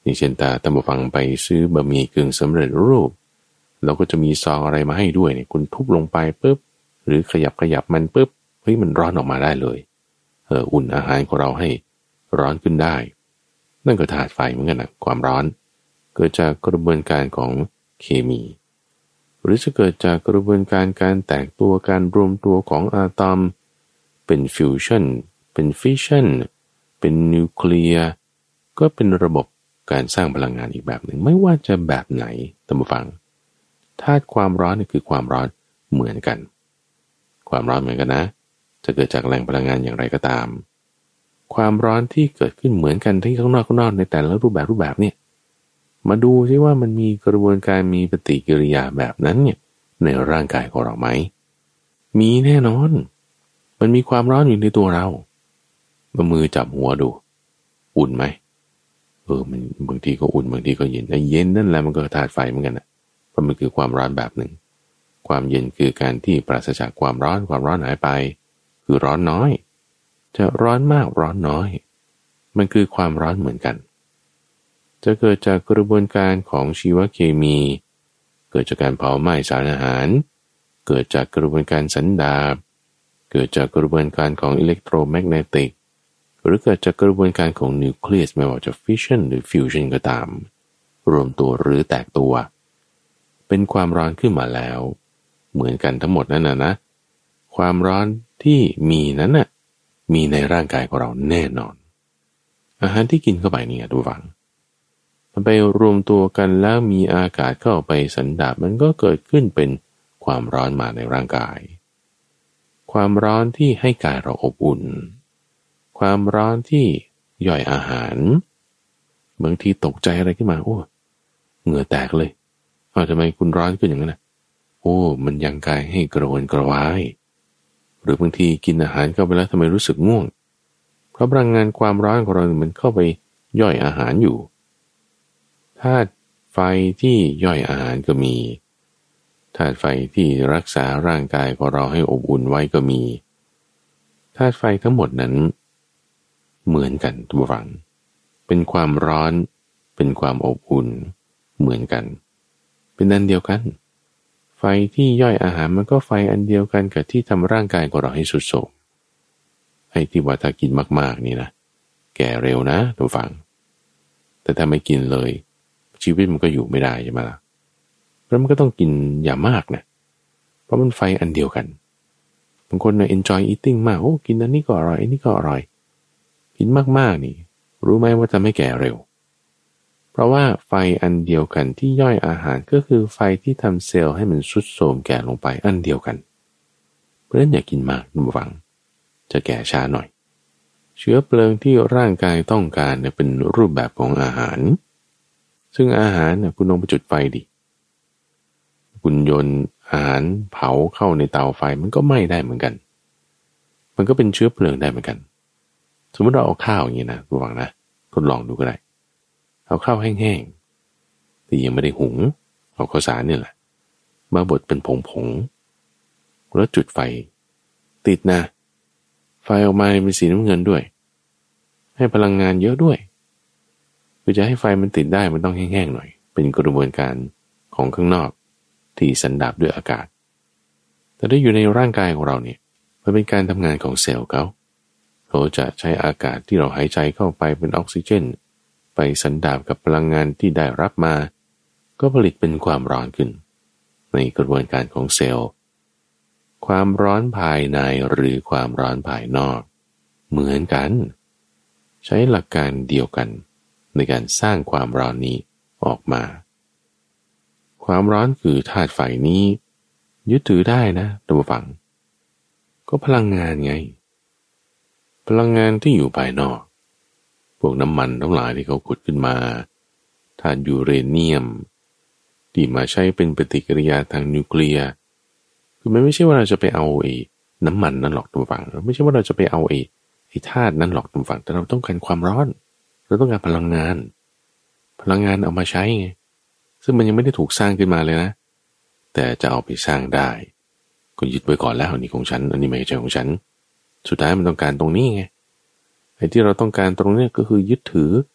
อย่างเช่นตาท่านผู้ฟังไปซื้อบะหมี่กึ่งสำเร็จรูปเราก็จะมีซองอะไรมาให้ด้วยเนี่ยคุณทุบลงไปปุ๊บหรือขยับขยับมันปุ๊บเฮ้ยมันร้อนออกมาได้เลยเอออุ่นอาหารของเราให้ร้อนขึ้นได้นั่นก็ธาตุไฟเหมือนกันนะความร้อนเกิดจากกระบวนการของเคมีหรือจะเกิดจากกระบวนการการแตกตัวการรวมตัวของอะตอมเป็นฟิวชั่นเป็นฟิชชั่นเป็นนิวเคลียร์ก็เป็นระบบการสร้างพลังงานอีกแบบหนึ่งไม่ว่าจะแบบไหนท่านผู้ฟังธาตุความร้อนนี่คือความร้อนเหมือนกันความร้อนเหมือนกันนะจะเกิดจากแหล่งพลังงานอย่างไรก็ตามความร้อนที่เกิดขึ้นเหมือนกันที่ข้างนอกข้างนอกในแต่ละรูปแบบรูปแบบเนี่ยมาดูซิว่ามันมีกระบวนการมีปฏิกิริยาแบบนั้นเนี่ยในร่างกายของเราไหมมีแน่นอนมันมีความร้อนอยู่ในตัวเราเอามือจับหัวดูอุ่นไหมเออมันบางทีก็อุ่นบางทีก็เย็นไอ้เย็นนั่นแหละมันก็ธาตุไฟเหมือนกันนะเพราะมันคือความร้อนแบบหนึ่งความเย็นคือการที่ปราศจากความร้อนความร้อนหายไปคือร้อนน้อยจะร้อนมากร้อนน้อยมันคือความร้อนเหมือนกันจะเกิดจากกระบวนการของชีวเคมีเกิดจากการเผาไหม้สารอาหารเกิดจากกระบวนการสันดาปเกิดจากกระบวนการของอิเล็กโทรแมกเนติกหรือเกิดจากกระบวนการของนิวเคลียสไม่ว่าจะฟิชชันหรือฟิวชันก็ตามรวมตัวหรือแตกตัวเป็นความร้อนขึ้นมาแล้วเหมือนกันทั้งหมดนั่นนะนะความร้อนที่มีนั้นน่ะมีในร่างกายของเราแน่นอนอาหารที่กินเข้าไปนี่ดูฟังมันไปรวมตัวกันแล้วมีอากาศเข้าไปสันดาปมันก็เกิดขึ้นเป็นความร้อนมาในร่างกายความร้อนที่ให้กายเราอบอุ่นความร้อนที่ย่อยอาหารบางทีตกใจอะไรขึ้นมาโอ้เหงื่อแตกเลยอ้าวทำไมคุณร้อนขึ้นอย่างนั้นนะโอ้มันยังกายให้กระวนกระวายหรือบางทีกินอาหารเข้าไปแล้วทำไมรู้สึกง่วงเพราะพลังงานความร้อนของเรามันเข้าไปย่อยอาหารอยู่ธาตุไฟที่ย่อยอาหารก็มีธาตุไฟที่รักษาร่างกายของเราให้อบอุ่นไว้ก็มีธาตุไฟทั้งหมดนั้นเหมือนกันทุกฝั่งเป็นความร้อนเป็นความอบอุ่นเหมือนกันเป็นอันเดียวกันไฟที่ย่อยอาหารมันก็ไฟอันเดียวกันกับที่ทำร่างกายของเราให้สุดโทรมไอ้ที่ว่าถ้ากินมากๆนี่นะแก่เร็วนะทุกฝั่งแต่ถ้าไม่กินเลยชีวิตมันก็อยู่ไม่ได้ใช่ไหมล่ะเพราะมันก็ต้องกินอย่ามากนะเพราะมันไฟอันเดียวกันบางคนเนี่ย enjoy eating มากโอ้กินอันนี้ก็อร่อยอันนี้ก็อร่อยกินมากๆนี่รู้ไหมว่าจะไม่แก่เร็วเพราะว่าไฟอันเดียวกันที่ย่อยอาหารก็คือไฟที่ทำเซลล์ให้มันทรุดโทรมแก่ลงไปอันเดียวกันเพราะฉะนั้นอย่ากินมากนะฟังจะแก่ช้าหน่อยเชื้อเพลิงที่ร่างกายต้องการเนี่ยเป็นรูปแบบของอาหารซึ่งอาหารเนี่ยคุณลองไปจุดไฟดิคุณโยนอาหารเผาเข้าในเตาไฟมันก็ไหม้ได้เหมือนกันมันก็เป็นเชื้อเพลิงได้เหมือนกันสมมติเราเอาข้าวอย่างนี้นะระวังนะทดลองดูก็ได้เอาข้าวแห้งๆที่ยังไม่ได้หุงเอาข้าวสารนี่แหละมาบดเป็นผงๆแล้วจุดไฟติดนะไฟออกมาเป็นสีน้ำเงินด้วยให้พลังงานเยอะด้วยเพื่อจะให้ไฟมันติดได้มันต้องแห้งๆหน่อยเป็นกระบวนการของข้างนอกที่สันดาปด้วยอากาศแต่ถ้าอยู่ในร่างกายของเราเนี่ยมันเป็นการทำงานของเซลล์เขาเขาจะใช้อากาศที่เราหายใจเข้าไปเป็นออกซิเจนไปสันดาปกับพลังงานที่ได้รับมาก็ผลิตเป็นความร้อนขึ้นในกระบวนการของเซลล์ความร้อนภายในหรือความร้อนภายนอกเหมือนกันใช้หลักการเดียวกันในการสร้างความร้อนนี้ออกมาความร้อนคือธาตุไฟนี้ยึดถือได้นะท่านผู้ฟังก็พลังงานไงพลังงานที่อยู่ภายนอกพวกน้ำมันทั้งหลายที่เขาขุดขึ้นมาธาตุยูเรเนียมที่มาใช้เป็นปฏิกิริยาทางนิวเคลียร์คือมันไม่ใช่ว่าเราจะไปเอาไอ้น้ำมันนั่นหรอกท่านผู้ฟังไม่ใช่ว่าเราจะไปเอาไอ้ไอ้ธาตุนั้นหรอกท่านผู้ฟังแต่เราต้องการความร้อนเราต้องการพลังงานพลังงานเอามาใช้ไงซึ่งมันยังไม่ได้ถูกสร้างขึ้นมาเลยนะแต่จะเอาไปสร้างได้ก็ยึดไว้ก่อนแล้วนี่ของฉันอันนี้ไม่ใช่ของฉันสุดท้ายมันต้องการตรงนี้ไงไอ้ที่เราต้องการตรงนี้ก็คือยึดถือ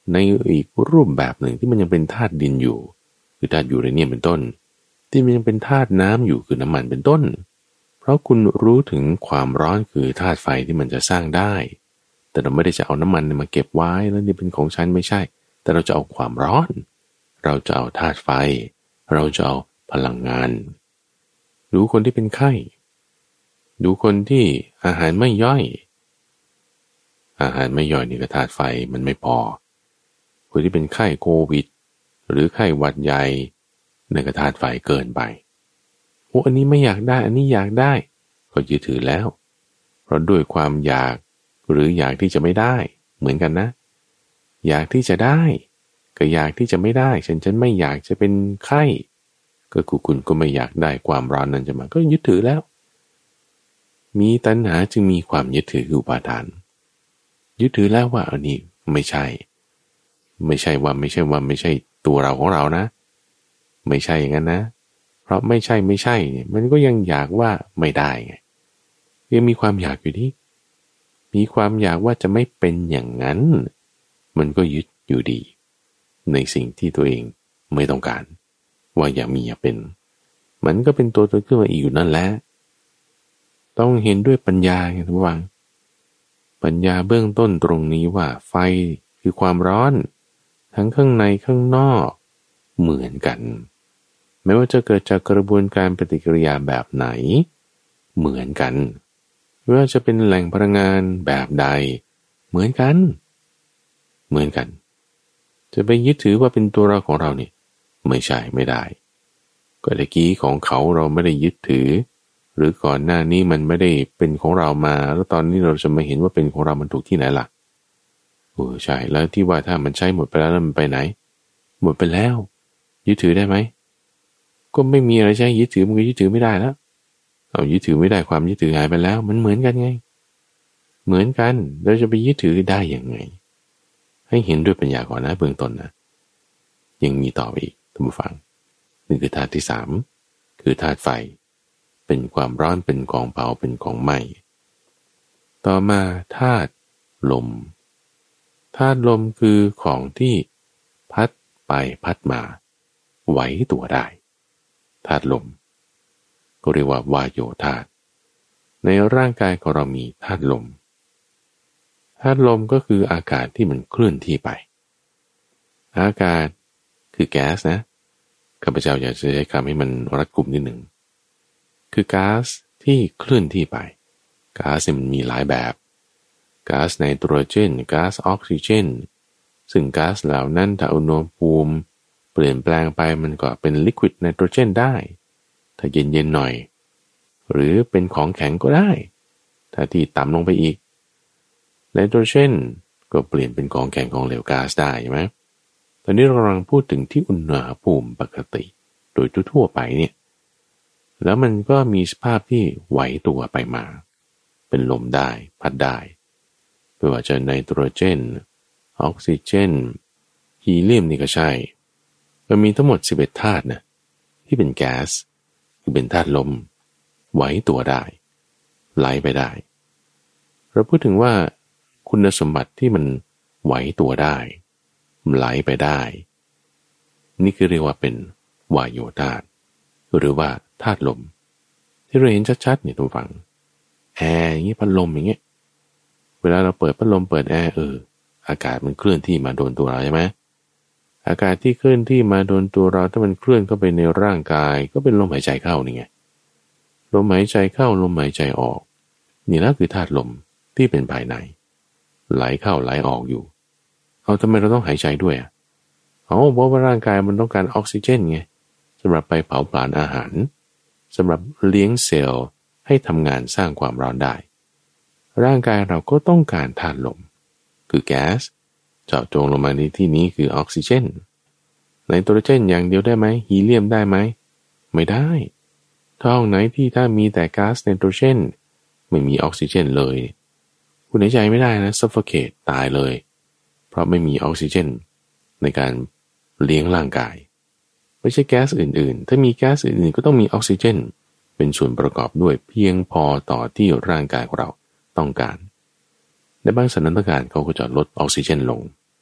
ในอีกรูปแบบหนึ่งที่มันยังเป็นธาตุดินอยู่คือธาตุยูเรเนียมเป็นต้นที่มันยังเป็นธาตุน้ำอยู่คือน้ำมันเป็นต้นเพราะคุณรู้ถึงความร้อนคือธาตุไฟที่มันจะสร้างได้แต่เราไม่ได้จะเอาน้ำมันมาเก็บไว้แล้วนี่เป็นของฉันไม่ใช่แต่เราจะเอาความร้อนเราจะเอาธาตุไฟเราจะเอาพลังงานดูคนที่เป็นไข้ดูคนที่อาหารไม่ย่อยอาหารไม่ย่อยนี่ก็ธาตุไฟมันไม่พอคนที่เป็นไข้โควิดหรือไข้หวัดใหญ่นี่ก็ธาตุไฟเกินไปโอ้อันนี้ไม่อยากได้อันนี้อยากได้ก็ยึดถือแล้วเพราะด้วยความอยากหรืออยากที่จะไม่ได้เหมือนกันนะอยากที่จะได้ก็อยากที่จะไม่ได้ฉันฉันไม่อยากจะเป็นไข้ก็คือคุณก็ไม่อยากได้ความร้อนนั้นจะมาก็ยึดถือแล้วมีตัณหาจึงมีความยึดถือคืออุปาทานยึดถือแล้วว่าอันนี้ไม่ใช่ไม่ใช่ว่าไม่ใช่ว่าไม่ใช่ตัวเราของเรานะไม่ใช่อย่างนั้นนะเพราะไม่ใช่ไม่ใช่เนี่ยมันก็ยังอยากว่าไม่ได้ไงยังมีความอยากอยู่ที่มีความอยากว่าจะไม่เป็นอย่างนั้นมันก็ยึดอยู่ดีในสิ่งที่ตัวเองไม่ต้องการว่าอย่ามีอย่าเป็นมันก็เป็นตัวตนขึ้นมาอีกอยู่นั่นแหละต้องเห็นด้วยปัญญาไงทุกวังปัญญาเบื้องต้นตรงนี้ว่าไฟคือความร้อนทั้งข้างในข้างนอกเหมือนกันไม่ว่าจะเกิดจากกระบวนการปฏิกิริยาแบบไหนเหมือนกันไม่ว่าจะเป็นแหล่งพลังงานแบบใดเหมือนกันเหมือนกันจะไปยึดถือว่าเป็นตัวเราของเราเนี่ยไม่ใช่ไม่ได้ก็ตะกี้ของเขาเราไม่ได้ยึดถือหรือก่อนหน้านี้มันไม่ได้เป็นของเรามาแล้วตอนนี้เราจะมาเห็นว่าเป็นของเรามันถูกที่ไหนล่ะโอ้ใช่แล้วที่ว่าถ้ามันใช้หมดไปแล้วมันไปไหนหมดไปแล้วยึดถือได้ไหมก็ไม่มีอะไรใช้ยึดถือมันก็ยึดถือไม่ได้แล้วเอายึดถือไม่ได้ความยึดถือหายไปแล้วมันเหมือนกันไงเหมือนกันเราจะไปยึดถือได้ยังไงให้เห็นด้วยปัญญาก่อนนะเบื้องต้นนะยังมีต่ออีกท่านผู้ฟังนี่คือธาตุที่สามคือธาตุไฟเป็นความร้อนเป็นของเผาเป็นของไหม้ต่อมาธาตุลมธาตุลมคือของที่พัดไปพัดมาไหวตัวได้ธาตุลมก็เรียกว่าวาโยธาตุในร่างกายของเรามีธาตุลมธาตุลมก็คืออากาศที่มันเคลื่อนที่ไปอากาศคือแก๊สนะข้าพเจ้าอยากจะใช้คำให้มันรัดกุมนิดหนึ่งคือก๊าซที่เคลื่อนที่ไปก๊าซมันมีหลายแบบก๊าซไนโตรเจนก๊าซออกซิเจนซึ่งก๊าซเหล่านั้นถ้าอุณหภูมิเปลี่ยนแปลงไปมันก็เป็นลิควิดไนโตรเจนได้ถ้าเย็นๆหน่อยหรือเป็นของแข็งก็ได้ถ้าที่ต่ำลงไปอีกไนโตรเจนก็เปลี่ยนเป็นของแข็งของเหลวก๊าซได้ใช่ไหมตอนนี้เรากำลังพูดถึงที่อุณหภูมิปกติโดยทั่วไปเนี่ยแล้วมันก็มีสภาพที่ไหวตัวไปมาเป็นลมได้พัดได้ไม่ว่าจะไนโตรเจนออกซิเจนฮีเลียมนี่ก็ใช่มันมีทั้งหมดสิบเอ็ดธาตุนะที่เป็นแก๊สคือเป็นธาตุลมไหวตัวได้ไหลไปได้เราพูดถึงว่าคุณสมบัติที่มันไหวตัวได้ไหลไปได้นี่คือเรียกว่าเป็นวาโยธาตุหรือว่าธาตุลมที่เราเห็นชัดๆเนี่ยทุกฝั่งแอร์อย่างนี้พัดลมอย่างเงี้ยเวลาเราเปิดพัดลมเปิดแอร์เอออากาศมันเคลื่อนที่มาโดนตัวเราใช่ไหมอากาศที่เคลื่อนที่มาโดนตัวเราถ้ามันเคลื่อนเข้าไปในร่างกายก็เป็นลมหายใจเข้านี่ไงลมหายใจเข้าลมหายใจออกนี่แหละคือธาตุลมที่เป็นภายในไหลเข้าไหลออกอยู่เอาทำไมเราต้องหายใจด้วยอ่ะเอาเพราะว่าร่างกายมันต้องการออกซิเจนไงสำหรับไปเผาผลาญอาหารสำหรับเลี้ยงเซลล์ให้ทำงานสร้างความร้อนได้ร่างกายเราก็ต้องการธาตุลมคือแก๊สเจาะจงลงมาในที่นี้คือออกซิเจนไนโตรเจนอย่างเดียวได้ไหมฮีเลียมได้ไหมไม่ได้ท้องไหนที่ถ้ามีแต่ก๊าซไนโตรเจนไม่มีออกซิเจนเลยคุณหายใจไม่ได้นะซัฟโฟเคตตายเลยเพราะไม่มีออกซิเจนในการเลี้ยงร่างกายไม่ใช่แก๊สอื่นๆถ้ามีแก๊สอื่นๆก็ต้องมีออกซิเจนเป็นส่วนประกอบด้วยเพียงพอต่อที่ร่างกายของเราต้องการในบางสถานการณ์เขาก็จะลดออกซิเจนลง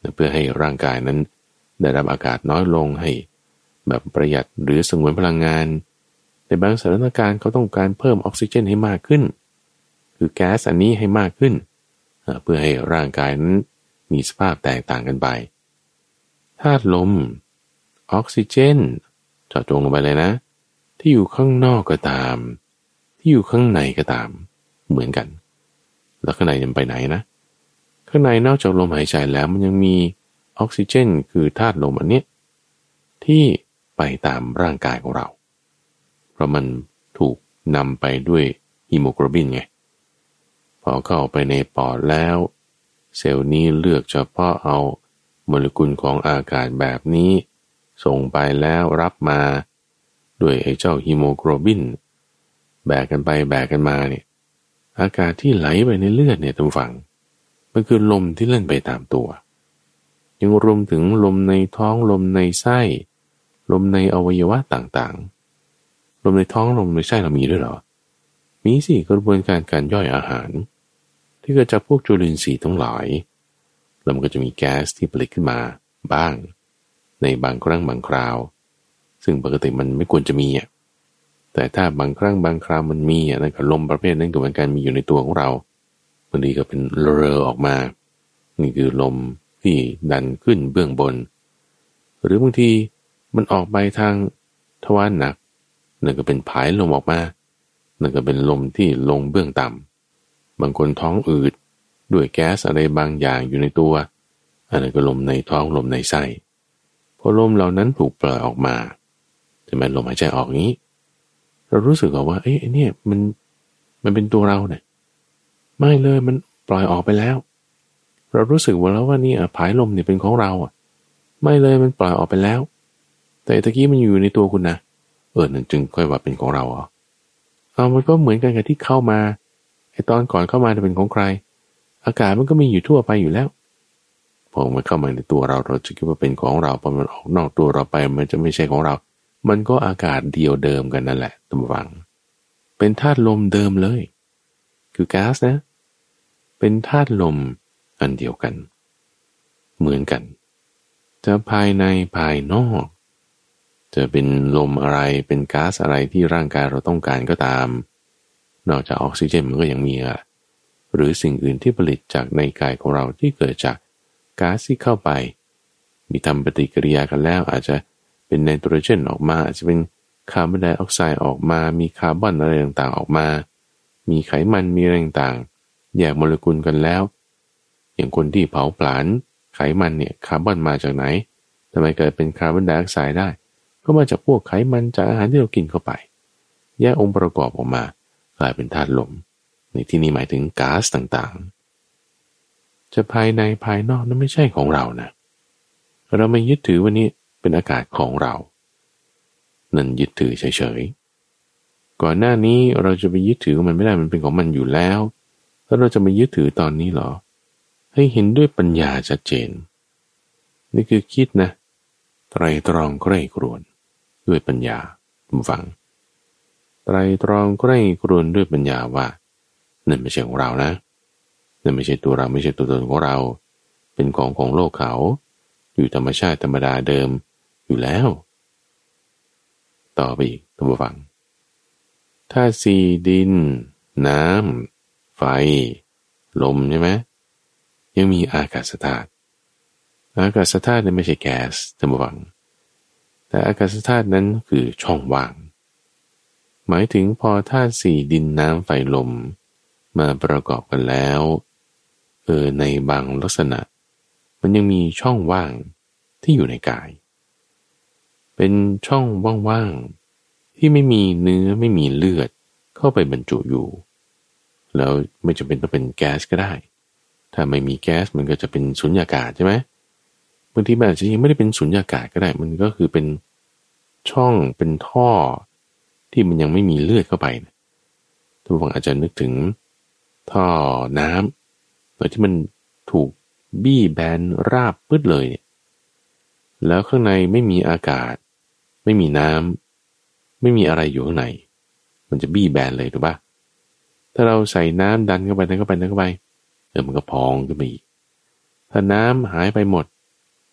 เพื่อให้ร่างกายนั้นได้รับอากาศน้อยลงให้แบบประหยัดหรือสงวนพลังงานในบางสถานการณ์เขาต้องการเพิ่มออกซิเจนให้มากขึ้นคือแก๊สอันนี้ให้มากขึ้นเพื่อให้ร่างกายนั้นมีสภาพแตกต่างกันไปธาตุลมออกซิเจนเจาะจงลงไปเลยนะที่อยู่ข้างนอกก็ตามที่อยู่ข้างในก็ตามเหมือนกันแล้วข้างในจะไปไหนนะข้างในนอกจากลมหายใจแล้วมันยังมีออกซิเจนคือธาตุลมอันนี้ที่ไปตามร่างกายของเราเพราะมันถูกนำไปด้วยฮีโมโกลบินไงพอเข้าไปในปอดแล้วเซลล์นี้เลือกเฉพาะเอาโมเลกุลของอากาศแบบนี้ส่งไปแล้วรับมาด้วยไอ้เจ้าฮีโมโกลบินแบกกันไปแบกกันมาเนี่ยอากาศที่ไหลไปในเลือดเนี่ยท่านฟังมันคือลมที่เล่นไปตามตัวยังรวมถึงลมในท้องลมในไส้ลมในอวัยวะต่างๆลมในท้องลมในไส้เรามีด้วยเหรอมีสิกระบวนการการย่อยอาหารที่เกิดจากพวกจุลินทรีย์ทั้งหลายแล้วมันก็จะมีแก๊สที่ผลิตขึ้นมาบ้างในบางครั้งบางคราวซึ่งปกติมันไม่ควรจะมีอ่ะแต่ถ้าบางครั้งบางคราวมันมีอ่ะนั่นก็ลมประเภทนั้นก็เหมือนกันมีอยู่ในตัวของเราบางทีก็เป็นเรอออกมานี่คือลมที่ดันขึ้นเบื้องบนหรือบางทีมันออกไปทางทวารหนักนั่นก็เป็นผายลมออกมานั่นก็เป็นลมที่ลงเบื้องต่ำบางคนท้องอืดด้วยแก๊สอะไรบางอย่างอยู่ในตัวอันนั้นก็ลมในท้องลมในไส้พอลมเหล่านั้นถูกปล่อยออกมาจะเป็นลมหายใจออกนี้เรารู้สึกว่าเอ๊ะเนี่ยมันมันเป็นตัวเราเนี่ยไม่เลยมันปล่อยออกไปแล้วเรารู้สึกว่าแล้วว่านี่ผายลมเนี่ยเป็นของเราอ่ะไม่เลยมันปล่อยออกไปแล้วแต่ตะกี้มันอยู่ในตัวคุณนะเออนั่นจึงค่อยว่าเป็นของเราอ่ะเอามันก็เหมือนกันกับที่เข้ามาไอตอนก่อนเข้ามาจะเป็นของใครอากาศมันก็มีอยู่ทั่วไปอยู่แล้วพอมันเข้ามาในตัวเราเราจะคิดว่าเป็นของเราพอมันออกนอกตัวเราไปมันจะไม่ใช่ของเรามันก็อากาศเดียวเดิมกันนั่นแหละท่านผู้ฟังเป็นธาตุลมเดิมเลยคือก๊าซนะเป็นธาตุลมอันเดียวกันเหมือนกันจะภายในภายนอกจะเป็นลมอะไรเป็นก๊าซอะไรที่ร่างกายเราต้องการก็ตามนอกจากออกซิเจนมันก็ยังมีอ่ะหรือสิ่งอื่นที่ผลิตจากในกายของเราที่เกิดจากก๊าซที่เข้าไปมีทำปฏิกิริยากันแล้วอาจจะเป็นไนโตรเจนออกมาอาจจะเป็นคาร์บอนไดออกไซด์ออกมามีคาร์บอนอะไรต่างๆออกมามีไขมันมีอะไรต่างๆแยกโมเลกุลกันแล้วอย่างคนที่เผาผลาญไขมันเนี่ยคาร์บอนมาจากไหนทำไมเกิดเป็นคาร์บอนไดออกไซด์ได้ก็มาจากพวกไขมันจากอาหารที่เรากินเข้าไปแยกองค์ประกอบออกมากลายเป็นธาตุลมในที่นี้หมายถึงก๊าซต่างๆจะภายในภายนอกนั้นไม่ใช่ของเรานะเราไม่ยึดถือวันนี้เป็นอากาศของเรานั่นยึดถือเฉยๆก่อนหน้านี้เราจะไปยึดถือมันไม่ได้มันเป็นของมันอยู่แล้วแล้วเราจะมายึดถือตอนนี้หรอให้เห็นด้วยปัญญาชัดเจนนี่คือคิดนะไตรตรองใกล้ครวนด้วยปัญญาฟังไตรตรองใกล้ครวนด้วยปัญญาว่านั่นไม่ใช่ของเรานะนั่นไม่ใช่ตัวเราไม่ใช่ตัวตนของเราเป็นของของโลกเขาอยู่ธรรมชาติธรรมดาเดิมอยู่แล้วต่อไปอีกท่านผู้ฟังถ้าสี่ดินน้ำไฟลมใช่ไหมยังมีอากาศธาตุอากาศธาตุนั้นไม่ใช่แก๊สท่านผู้ฟังแต่อากาศธาตุนั้นคือช่องว่างหมายถึงพอธาตุสี่ดินน้ำไฟลมมาประกอบกันแล้วเออในบางลักษณะมันยังมีช่องว่างที่อยู่ในกายเป็นช่องว่างๆที่ไม่มีเนื้อไม่มีเลือดเข้าไปบรรจุอยู่แล้วไม่จำเป็นต้องเป็นแก๊สก็ได้ถ้าไม่มีแก๊สมันก็จะเป็นสุญญากาศใช่ไหมบางทีมันอาจจะยังไม่ได้เป็นสุญญากาศก็ได้มันก็คือเป็นช่องเป็นท่อที่มันยังไม่มีเลือดเข้าไปทุกคนอาจจะนึกถึงท่อน้ำโดยที่มันถูกบี้แบนราบปึ๊ดเลยเนี่ยแล้วข้างในไม่มีอากาศไม่มีน้ำไม่มีอะไรอยู่ข้างในมันจะบี้แบนเลยถูกปะถ้าเราใส่น้ำดันเข้าไปดันเข้าไปดันเข้าไปเออมันก็พองขึ้นมาอีกถ้าน้ำหายไปหมด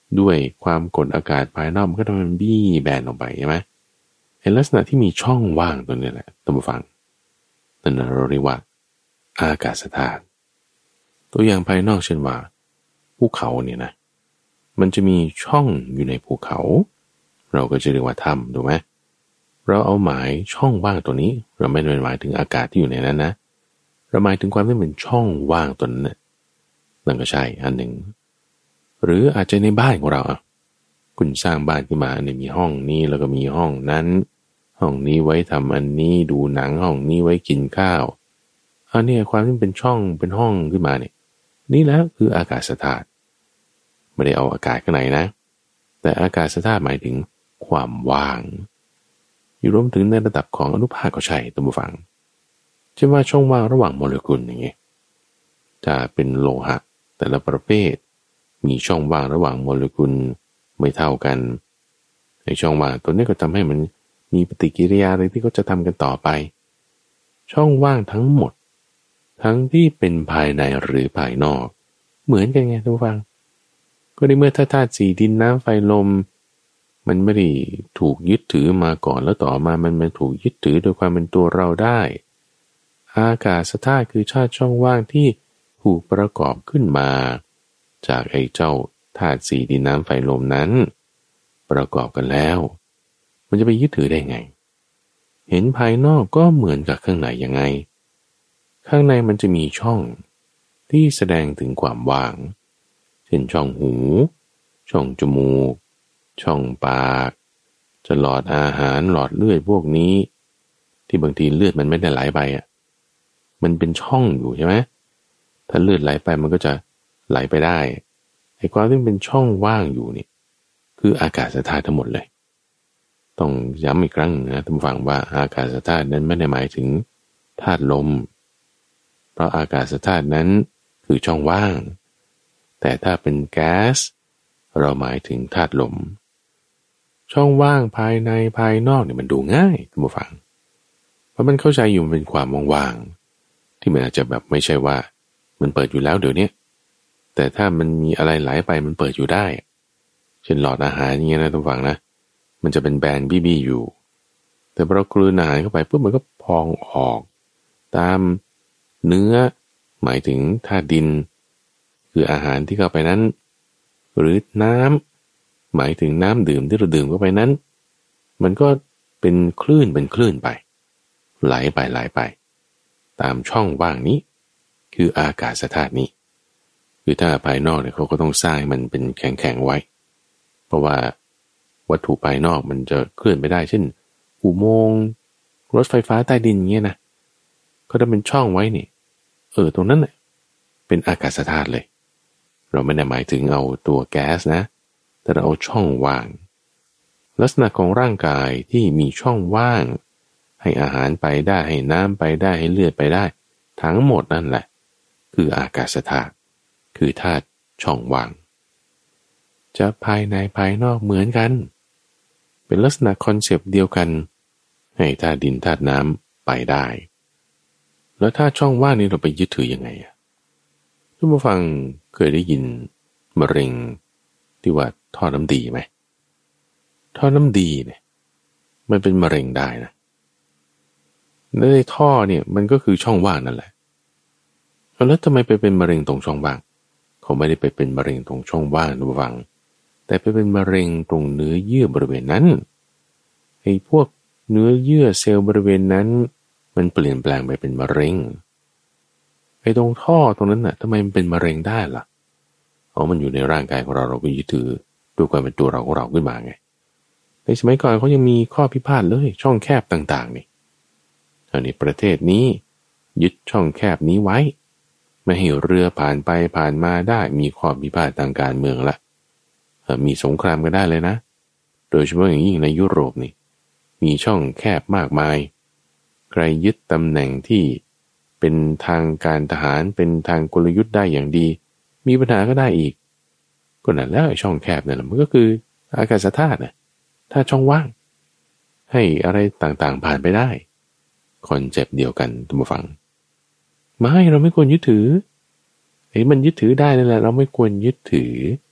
ด้วยความกดอากาศภายนอกมันก็ทำให้มันบี้แบนออกไปใช่ไหมไอ้ลักษณะที่มีช่องว่างตัวนี้แหละท่านผู้ฟังนั่นเราเรียกว่าอากาศธาตุตัวอย่างภายนอกเช่นว่าภูเขาเนี่ยนะมันจะมีช่องอยู่ในภูเขาเราก็จะเรียกว่าถ้ำถูกไหมเราเอาหมายช่องว่างตัวนี้เราไม่ได้หมายถึงอากาศที่อยู่ในนั้นนะเราหมายถึงความที่เป็นช่องว่างตัวนั้นนะนั่นก็ใช่อันหนึ่งหรืออาจจะในบ้านของเราอ่ะคุณสร้างบ้านขึ้นมาเนี่ยมีห้องนี้แล้วก็มีห้องนั้นห้องนี้ไว้ทำอันนี้ดูหนังห้องนี้ไว้กินข้าวอันนี้ความที่เป็นช่องเป็นห้องขึ้นมาเนี่ยนี่แล้วคืออากาศธาตุไม่ได้เอาอากาศข้างในนะแต่อากาศธาตุหมายถึงความว่างอยู่รวมถึงในระดับของอนุภาคก็ใช่ท่านผู้ฟังเช่นว่าช่องว่างระหว่างโมเลกุลอย่างเงี้ยจะเป็นโลหะแต่ละประเภทมีช่องว่างระหว่างโมเลกุลไม่เท่ากันในช่องว่างตัวนี้ก็ทำให้มันมีปฏิกิริยาอะไรที่เขาจะทำกันต่อไปช่องว่างทั้งหมดทั้งที่เป็นภายในหรือภายนอกเหมือนกันไงท่านผู้ฟังก็ในเมื่อธาตุสี่ดินน้ำไฟลมมันไม่ได้ถูกยึดถือมาก่อนแล้วต่อมามันมาถูกยึดถือโดยความเป็นตัวเราได้อากาศธาตุคือธาตุช่องว่างที่ถูกประกอบขึ้นมาจากไอ้เจ้าธาตุสี่ดินน้ำไฟลมนั้นประกอบกันแล้วมันจะไปยึดถือได้ไงเห็นภายนอกก็เหมือนกับข้างในยังไงข้างในมันจะมีช่องที่แสดงถึงความว่างเช่นช่องหูช่องจมูกช่องปากจะหลอดอาหารหลอดเลือดพวกนี้ที่บางทีเลือดมันไม่ได้ไหลไปอ่ะมันเป็นช่องอยู่ใช่ไหมถ้าเลือดไหลไปมันก็จะไหลไปได้ไอ้ความที่เป็นช่องว่างอยู่นี่คืออากาศธาตุทั้งหมดเลยต้องย้ำอีกครั้งนะท่านผู้ฟังว่าอากาศธาตุนั้นไม่ได้หมายถึงธาตุลมเพราะอากาศธาตุนั้นคือช่องว่างแต่ถ้าเป็นแก๊สเราหมายถึงธาตุลมช่องว่างภายในภายนอกเนี่ยมันดูง่ายท่านผู้ฟังเพราะมันเข้าใจอยู่มันเป็นความว่างๆที่มันอาจจะแบบไม่ใช่ว่ามันเปิดอยู่แล้วเดี๋ยวนี้แต่ถ้ามันมีอะไรไหลไปมันเปิดอยู่ได้เช่นหลอดอาหารอย่างเงี้ยนะท่านผู้ฟังนะมันจะเป็นแบนบี้ๆอยู่แต่พอเรากลืนอาหารเข้าไปปุ๊บมันก็พองออกตามเนื้อหมายถึงธาตุดินคืออาหารที่เข้าไปนั้นหรือน้ำหมายถึงน้ำดื่มที่เราดื่มเข้าไปนั้นมันก็เป็นคลื่นเป็นคลื่นไปไหลไปไหลไปตามช่องว่างนี้คืออากาศธาตุนี้คือถ้าภายนอกเนี่ยเขาก็ต้องสร้างให้มันเป็นแข็งๆไว้เพราะว่าวัตถุภายนอกมันจะเคลื่อนไปได้เช่นอุโมงค์รถไฟฟ้าใต้ดินเงี้ยนะก็จะเป็นช่องไว้นี่เออตรงนั้นเน่ยเป็นอากาศธาตุเลยเราไม่ได้หมายถึงเอาตัวแก๊สนะแต่เราเอาช่องว่างลักษณะของร่างกายที่มีช่องว่างให้อาหารไปได้ให้น้ำไปได้ให้เลือดไปได้ทั้งหมดนั่นแหละคืออากาศธาตุคือธาตุช่องว่างจะภายในภายนอกเหมือนกันเป็นลักษณะคอนเซปต์เดียวกันให้ธาตุดินธาตุน้ำไปได้แล้วถ้าช่องว่างนี้เราไปยึดถือยังไงอ่ะท่านผู้ฟังเคยได้ยินมะเร็งที่ว่าท่อน้ำดีไหมท่อน้ำดีเนี่ยมันเป็นมะเร็งได้นะในท่อเนี่ยมันก็คือช่องว่างนั่นแหละแล้วทำไมไปเป็นมะเร็งตรงช่องว่างเขาไม่ได้ไปเป็นมะเร็งตรงช่องว่างท่านผู้ฟังแต่ไปเป็นมะเร็งตรงเนื้อเยื่อบริเวณนั้นไอ้พวกเนื้อเยื่อเซลล์บริเวณนั้นมันเปลี่ยนแปลงไปเป็นมะเร็งไอ้ตรงท่อตรงนั้นน่ะทำไมมันเป็นมะเร็งได้ล่ะเพราะมันอยู่ในร่างกายของเราเราก็ยึดถือด้วยความเป็นตัวเราของเราขึ้นมาไงในสมัยก่อนเขายังมีข้อพิพาทเลยช่องแคบต่างๆนี่อันนี้ประเทศนี้ยึดช่องแคบนี้ไว้ไม่ให้เรือผ่านไปผ่านมาได้มีข้อพิพาททางการเมืองละมีสงครามกันได้เลยนะโดยเฉพาะอย่างยิ่งในยุโรปนี่มีช่องแคบมากมายใครยึดตำแหน่งที่เป็นทางการทหารเป็นทางกลยุทธ์ได้อย่างดีมีปัญหาก็ได้อีกก็นั่นแล้วไอ้ช่องแคบนั่นแหละมันก็คืออากาศธาตุนะถ้าช่องว่างให้อะไรต่างๆผ่านไปได้คอนเซปต์เดียวกันท่านผู้ฟังไม่เราไม่ควรยึดถือไอ้มันยึดถือได้นั่นแหละเราไม่ควรยึดถือ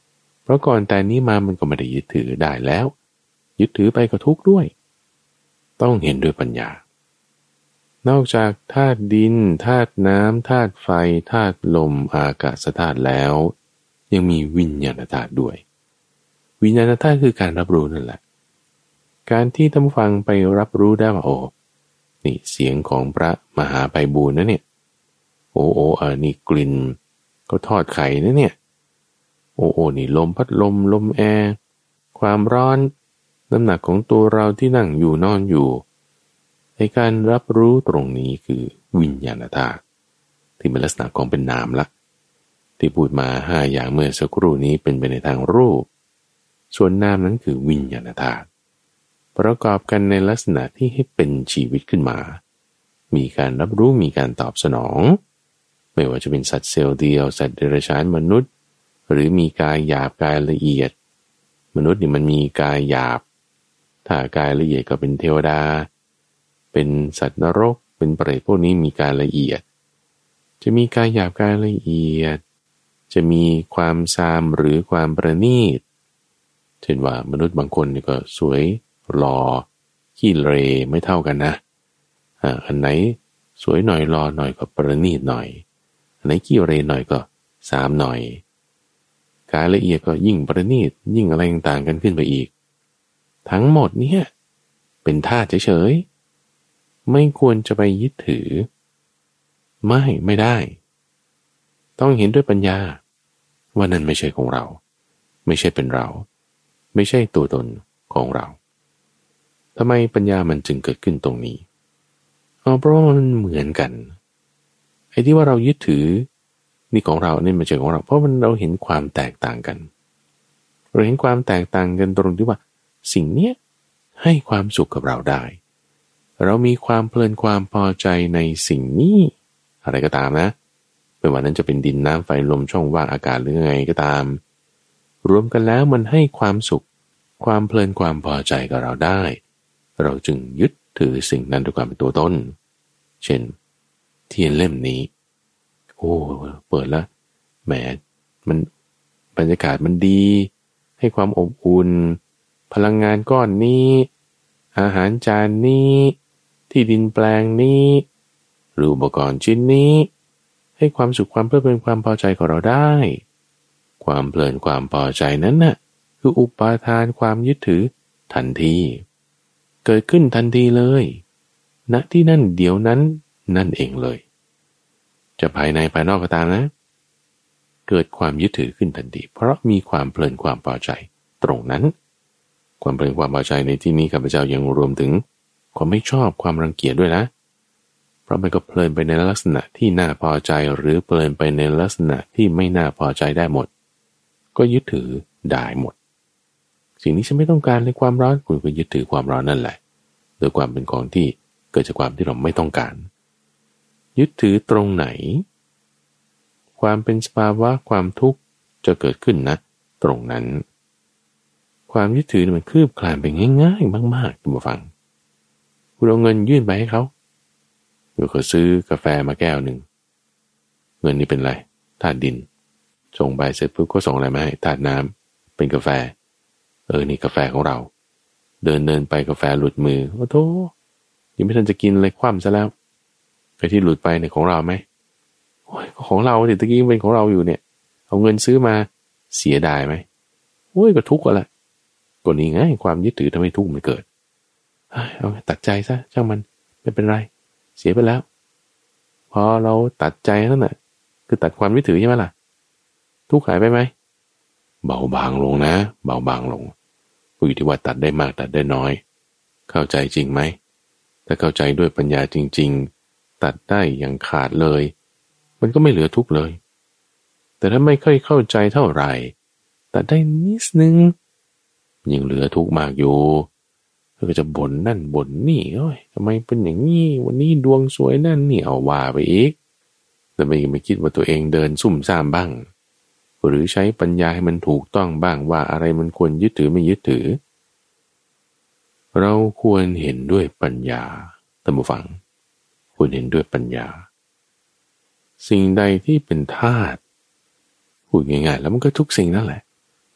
ราะก่อนแต่นี้มามันก็ไม่ได้ยึดถือได้แล้วยึดถือไปก็ทุกข์ด้วยต้องเห็นด้วยปัญญานอกจากธาตุดินธาตุน้ำธาตุไฟธาตุลมอากาศธาตุแล้วยังมีวิญญาณธาตุด้วยวิญญาณธาตุคือการรับรู้นั่นแหละการที่ท่านฟังไปรับรู้ได้ว่าโอ้นี่เสียงของพระมหาไพบูลย์นะเนี่ยโอ้โอ้เออนี่กลิ่นก็ทอดไข่นะเนี่ยโอ้โอ้นี่ลมพัดลมลมแอร์ความร้อนน้ำหนักของตัวเราที่นั่งอยู่นอนอยู่ในการรับรู้ตรงนี้คือวิญญาณธาตุที่เป็นลักษณะของเป็นนามละที่พูดมาห้าอย่างเมื่อสักครู่นี้เป็นไปในทางรูปส่วนนามนั้นคือวิญญาณธาตุประกอบกันในลักษณะที่ให้เป็นชีวิตขึ้นมามีการรับรู้มีการตอบสนองไม่ว่าจะเป็นสัตว์เซลล์เดียวสัตว์เดรัจฉานมนุษย์หรือมีกายหยาบกายละเอียดมนุษย์นี่มันมีกายหยาบถ้ากายละเอียดก็เป็นเทวดาเป็นสัตว์นรกเป็นเปรตพวกนี้มีกายละเอียดจะมีกายหยาบกายละเอียดจะมีความซามหรือความประณีตเช่นว่ามนุษย์บางคนนี่ก็สวยหล่อขี้เหร่ไม่เท่ากันนะอ่าอันไหนสวยหน่อยหล่อหน่อยก็ประณีตหน่อยอันไหนขี้เหร่หน่อยก็ซามหน่อยกายละเอียดก็ยิ่งประณีตยิ่งอะไรต่างๆกันขึ้นไปอีกทั้งหมดเนี่ยเป็นธาตุเฉยๆไม่ควรจะไปยึดถือไม่ไม่ได้ต้องเห็นด้วยปัญญาว่านั่นไม่ใช่ของเราไม่ใช่เป็นเราไม่ใช่ตัวตนของเราทำไมปัญญามันจึงเกิดขึ้นตรงนี้เพราะว่ามันเหมือนกันไอ้ที่ว่าเรายึดถือนี่ของเราเนี่ยไม่ใช่ของเราเพราะมันเราเห็นความแตกต่างกันเราเห็นความแตกต่างกันตรงที่ว่าสิ่งเนี้ยให้ความสุขกับเราได้เรามีความเพลินความพอใจในสิ่งนี้อะไรก็ตามนะไม่ว่านั้นจะเป็นดินน้ำไฟลมช่องว่างอากาศหรือไงก็ตามรวมกันแล้วมันให้ความสุขความเพลินความพอใจกับเราได้เราจึงยึดถือสิ่งนั้นด้วยความเป็นตัวตนเช่นเทียนเล่มนี้โอ้เปิดแล้วแหมมันบรรยากาศมันดีให้ความอบอุ่นพลังงานก้อนนี้อาหารจานนี้ที่ดินแปลงนี้หรืออุปกรณ์ชิ้นนี้ให้ความสุขความเพลิดเพลินความพอใจของเราได้ความเพลินความพอใจนั้นน่ะคืออุปาทานความยึดถือทันทีเกิดขึ้นทันทีเลยณที่นั่นเดี๋ยวนั้นนั่นเองเลยจะภายในภายนอกก็ตามนะเกิดความยึดถือขึ้นทันทีเพราะมีความเพลินความพอใจตรงนั้นความเพลินความพอใจในที่นี้ข้าพเจ้ายังรวมถึงความไม่ชอบความรังเกียจด้วยนะเพราะมันก็เพลินไปในลักษณะที่น่าพอใจหรือเพลินไปในลักษณะที่ไม่น่าพอใจได้หมดก็ยึดถือได้หมดสิ่งนี้ฉันไม่ต้องการในความร้อนคุณก็ยึดถือความร้อนนั่นแหละโดยความเป็นของที่เกิดจากความที่เราไม่ต้องการยึดถือตรงไหนความเป็นสภาวะความทุกข์จะเกิดขึ้นนะตรงนั้นความยึดถือมันคืบคลานไปง่ายๆมากๆท่านผู้ฟังคุณเอาเงินยื่นไปให้เขาเดี๋ยวเขาซื้อกาแฟมาแก้วหนึ่งเงินนี่เป็นอะไรธาตุดินส่งไปเสร็จปุ๊บก็ส่งอะไรมาให้ธาตุน้ำเป็นกาแฟเออนี่กาแฟของเราเดินเดินไปกาแฟหลุดมือโอ้โธ่ยังไม่ทันจะกินเลยคว่ำซะแล้วไอ้ที่หลุดไปเนี่ยของเราไหมโอ้ยของเราแต่ตะกี้เป็นของเราอยู่เนี่ยเอาเงินซื้อมาเสียดายไหมโอ้ยก็ทุกข์แหละก็นี่ไงความยึดถือทำให้ทุกข์มันเกิดเอาตัดใจซะช่างมันไม่เป็นไรเสียไปแล้วพอเราตัดใจนั่นแหละคือตัดความยึดถือใช่ไหมล่ะทุกข์หายไปไหมเบาบางลงนะเบาบางลงอยู่ที่ว่าตัดได้มากตัดได้น้อยเข้าใจจริงไหมถ้าเข้าใจด้วยปัญญาจริงๆตัดได้อย่างขาดเลยมันก็ไม่เหลือทุกข์เลยแต่ถ้าไม่ค่อยเข้าใจเท่าไหร่ตัดได้นิดนึงยังเหลือทุกข์มากอยู่ก็จะบ่นนั่นบ่นนี่โอ้ยทำไมเป็นอย่างนี้วันนี้ดวงสวยนั่นนี่เอาว่าไปอีกแต่ไม่ไม่คิดว่าตัวเองเดินซุ่มซ่ามบ้างหรือใช้ปัญญาให้มันถูกต้องบ้างว่าอะไรมันควรยึดถือไม่ยึดถือเราควรเห็นด้วยปัญญาท่านผู้ฟังควรเห็นด้วยปัญญาสิ่งใดที่เป็นธาตุพูดง่ายๆแล้วมันก็ทุกสิ่งนั่นแหละ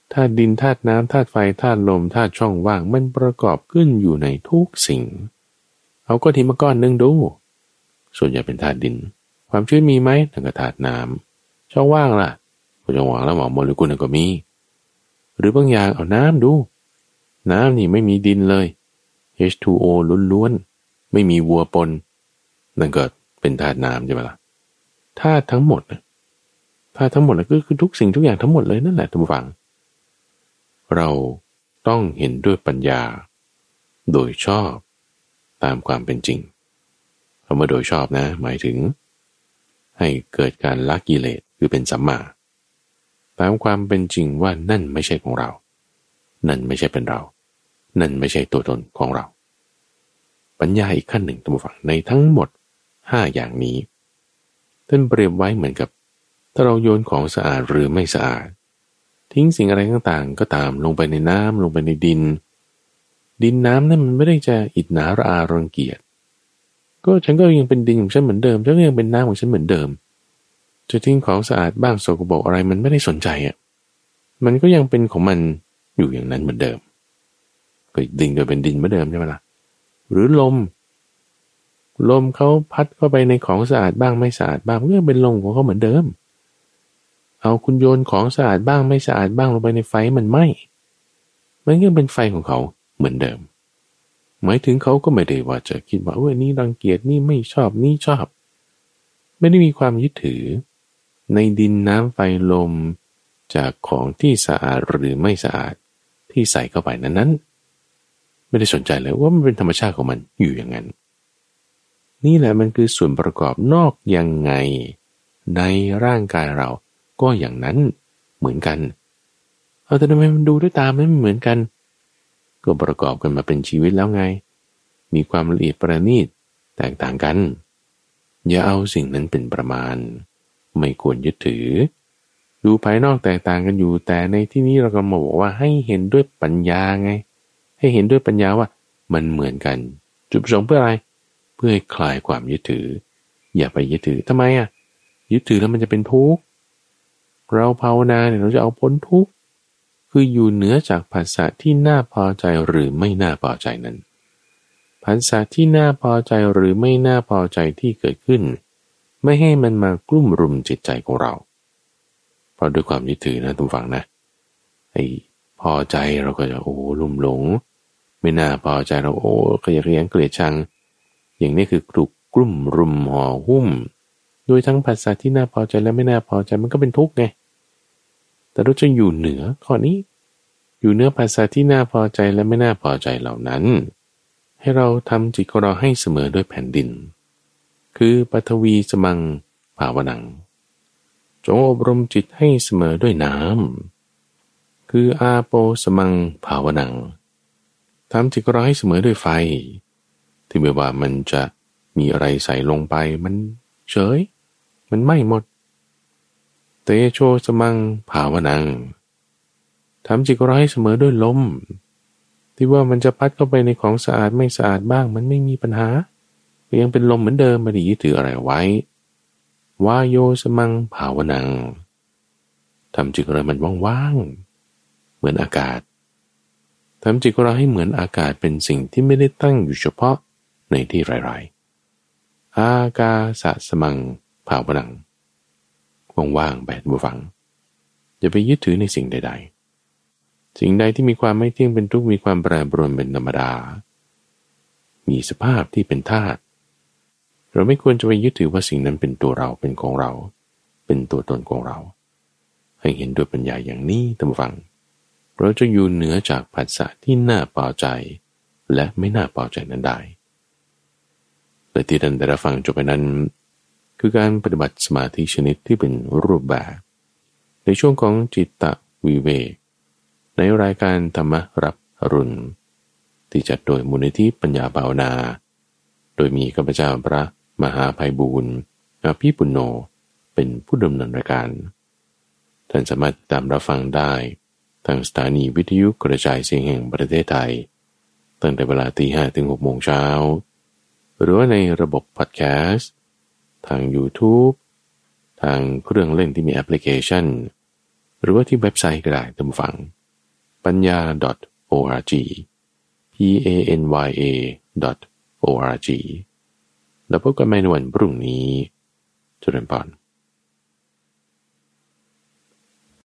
ธาตุดินธาตุน้ำธาตุไฟธาตุลมธาตุช่องว่างมันประกอบขึ้นอยู่ในทุกสิ่งเอาก้อนหินมาก้อนหนึ่งดูส่วนใหญ่เป็นธาตุดินความชื้นมีไหมนั่นก็ธาตุน้ำช่องว่างล่ะช่องว่างแล้วหมอโมเลกุลนั่นก็มีหรือบางอย่างเอาน้ำดูน้ำนี่ไม่มีดินเลย เอช ทู โอ ล้วนๆไม่มีวัวปนนั่นก็เป็นธาตุน้ำใช่ไหมล่ะธาตุทั้งหมดธาตุทั้งหมดก็คือทุกสิ่งทุกอย่างทั้งหมดเลยนั่นแหละท่านผู้ฟังเราต้องเห็นด้วยปัญญาโดยชอบตามความเป็นจริงคำว่าโดยชอบนะหมายถึงให้เกิดการละกิเลสคือเป็นสัมมาตามความเป็นจริงว่านั่นไม่ใช่ของเรานั่นไม่ใช่เป็นเรานั่นไม่ใช่ตัวตนของเราปัญญาอีกขั้นหนึ่งท่านผู้ฟังในทั้งหมดห้าอย่างนี้ท่านเปรียบไว้เหมือนกับถ้าเราโยนของสะอาดหรือไม่สะอาดทิ้งสิ่งอะไรต่างๆก็ตามลงไปในน้ำลงไปในดินดินน้ำนั่นมันไม่ได้จะอิจฉาระอารังเกียจก็ฉันก็ยังเป็นดินของฉันเหมือนเดิมฉันก็ยังเป็นน้ำของฉันเหมือนเดิมจะทิ้งของสะอาดบ้างสกปรกอะไรมันไม่ได้สนใจอ่ะมันก็ยังเป็นของมันอยู่อย่างนั้นเหมือนเดิมก็ดินก็เป็นดินเหมือนเดิมใช่ไหมล่ะหรือลมลมเขาพัดเข้าไปในของสะอาดบ้างไม่สะอาดบ้างมันก็เป็นลมของเขาเหมือนเดิมเอาคุณโยนของสะอาดบ้างไม่สะอาดบ้างลงไปในไฟมันไหม้มันก็เป็นไฟของเขาเหมือนเดิมหมายถึงเขาก็ไม่ได้ว่าจะคิดว่าเออนี่รังเกียจนี่ไม่ชอบนี่ชอบไม่ได้มีความยึดถือในดินน้ำไฟลมจากของที่สะอาดหรือไม่สะอาดที่ใส่เข้าไปนั้นนั้นไม่ได้สนใจเลยว่ามันเป็นธรรมชาติของมันอยู่อย่างนั้นนี่แหละมันคือส่วนประกอบนอกยังไงในร่างกายเราก็อย่างนั้นเหมือนกันเอาแต่ทำไมมันดูด้วยตาไม่เหมือนกันก็ประกอบกันมาเป็นชีวิตแล้วไงมีความละเอียดประณีตแตกต่างกันอย่าเอาสิ่งนั้นเป็นประมาณไม่ควรยึดถือดูภายนอกแตกต่างกันอยู่แต่ในที่นี้เราก็มาบอกว่าให้เห็นด้วยปัญญาไงให้เห็นด้วยปัญญาว่ามันเหมือนกันจุดประสงค์เพื่ออะไรเพื่อให้คลายความยึดถืออย่าไปยึดถือทำไมอ่ะยึดถือแล้วมันจะเป็นทุกข์เราภาวนาเนี่ยเราจะเอาพ้นทุกข์คืออยู่เหนือจากภาษาที่น่าพอใจหรือไม่น่าพอใจนั้นภาษาที่น่าพอใจหรือไม่น่าพอใจที่เกิดขึ้นไม่ให้มันมากลุ่มรุมจิตใจของเราเพราะด้วยความยึดถือนะทุกฝั่งนะไอ้พอใจเราก็จะโอ้ลุ่มหลงไม่น่าพอใจเราโอ้ขยะแขยงเกลียดชังอย่างนี้คือถูกกลุ่มรุมห่อหุ้มโดยทั้งภาษาที่น่าพอใจและไม่น่าพอใจมันก็เป็นทุกข์ไงแต่เราจะอยู่เหนือข้อนี้อยู่เหนือภาษาที่น่าพอใจและไม่น่าพอใจเหล่านั้นให้เราทำจิตของเราให้เสมอด้วยแผ่นดินคือปฐวีสมังภาวนังจงอบรมจิตให้เสมอด้วยน้ำคืออาโปสมังภาวนังทำจิตของเราให้เสมอด้วยไฟที่ไม่ว่ามันจะมีอะไรใส่ลงไปมันเฉยมันไหม้หมดเตโชสมังภาวนังทำจิตของเราให้เสมอด้วยลมที่ว่ามันจะพัดเข้าไปในของสะอาดไม่สะอาดบ้างมันไม่มีปัญหายังเป็นลมเหมือนเดิมไม่ได้ยึดถืออะไรไว้วาโยสมังภาวนังทำจิตของเรามันว่างๆเหมือนอากาศทำจิตของเราให้เหมือนอากาศเป็นสิ่งที่ไม่ได้ตั้งอยู่เฉพาะในที่ไรๆอากาสะสมังภาวนังว่างๆแบบบูฟังอย่าไปยึดถือในสิ่งใดๆสิ่งใดที่มีความไม่เที่ยงเป็นทุกข์มีความแปรปรวนเป็นธรรมดามีสภาพที่เป็นธาตุเราไม่ควรจะไปยึดถือว่าสิ่งนั้นเป็นตัวเราเป็นของเราเป็นตัวตนของเราให้เห็นด้วยปัญญาอย่างนี้ท่านผู้ฟังเราจะอยู่เหนือจากภาษาที่น่าพอใจและไม่น่าพอใจนั้นได้แต่ที่ท่านได้รับฟังจบไปนั้นคือการปฏิบัติสมาธิชนิดที่เป็นรูปแบบในช่วงของจิตตวิเวกในรายการธรรมรับอรุณที่จัดโดยมูลนิธิปัญญาภาวนาโดยมีข้าพเจ้าพระมหาไพบูลย์อภิปุณโญเป็นผู้ดำเนินรายการท่านสามารถตามรับฟังได้ทางสถานีวิทยุกระจายเสียงแห่งประเทศไทยตั้งแต่เวลาตีห้ถึงหกโมงเช้าหรือว่าในระบบพอดแคสต์ทาง YouTube ทางเครื่องเล่นที่มีแอปพลิเคชันหรือว่าที่เว็บไซต์ก็ได้ท่านผู้ฟังปัญญา .org p a n y a .org แล้วพบกันใหม่ในวันพรุ่งนี้เจริญพร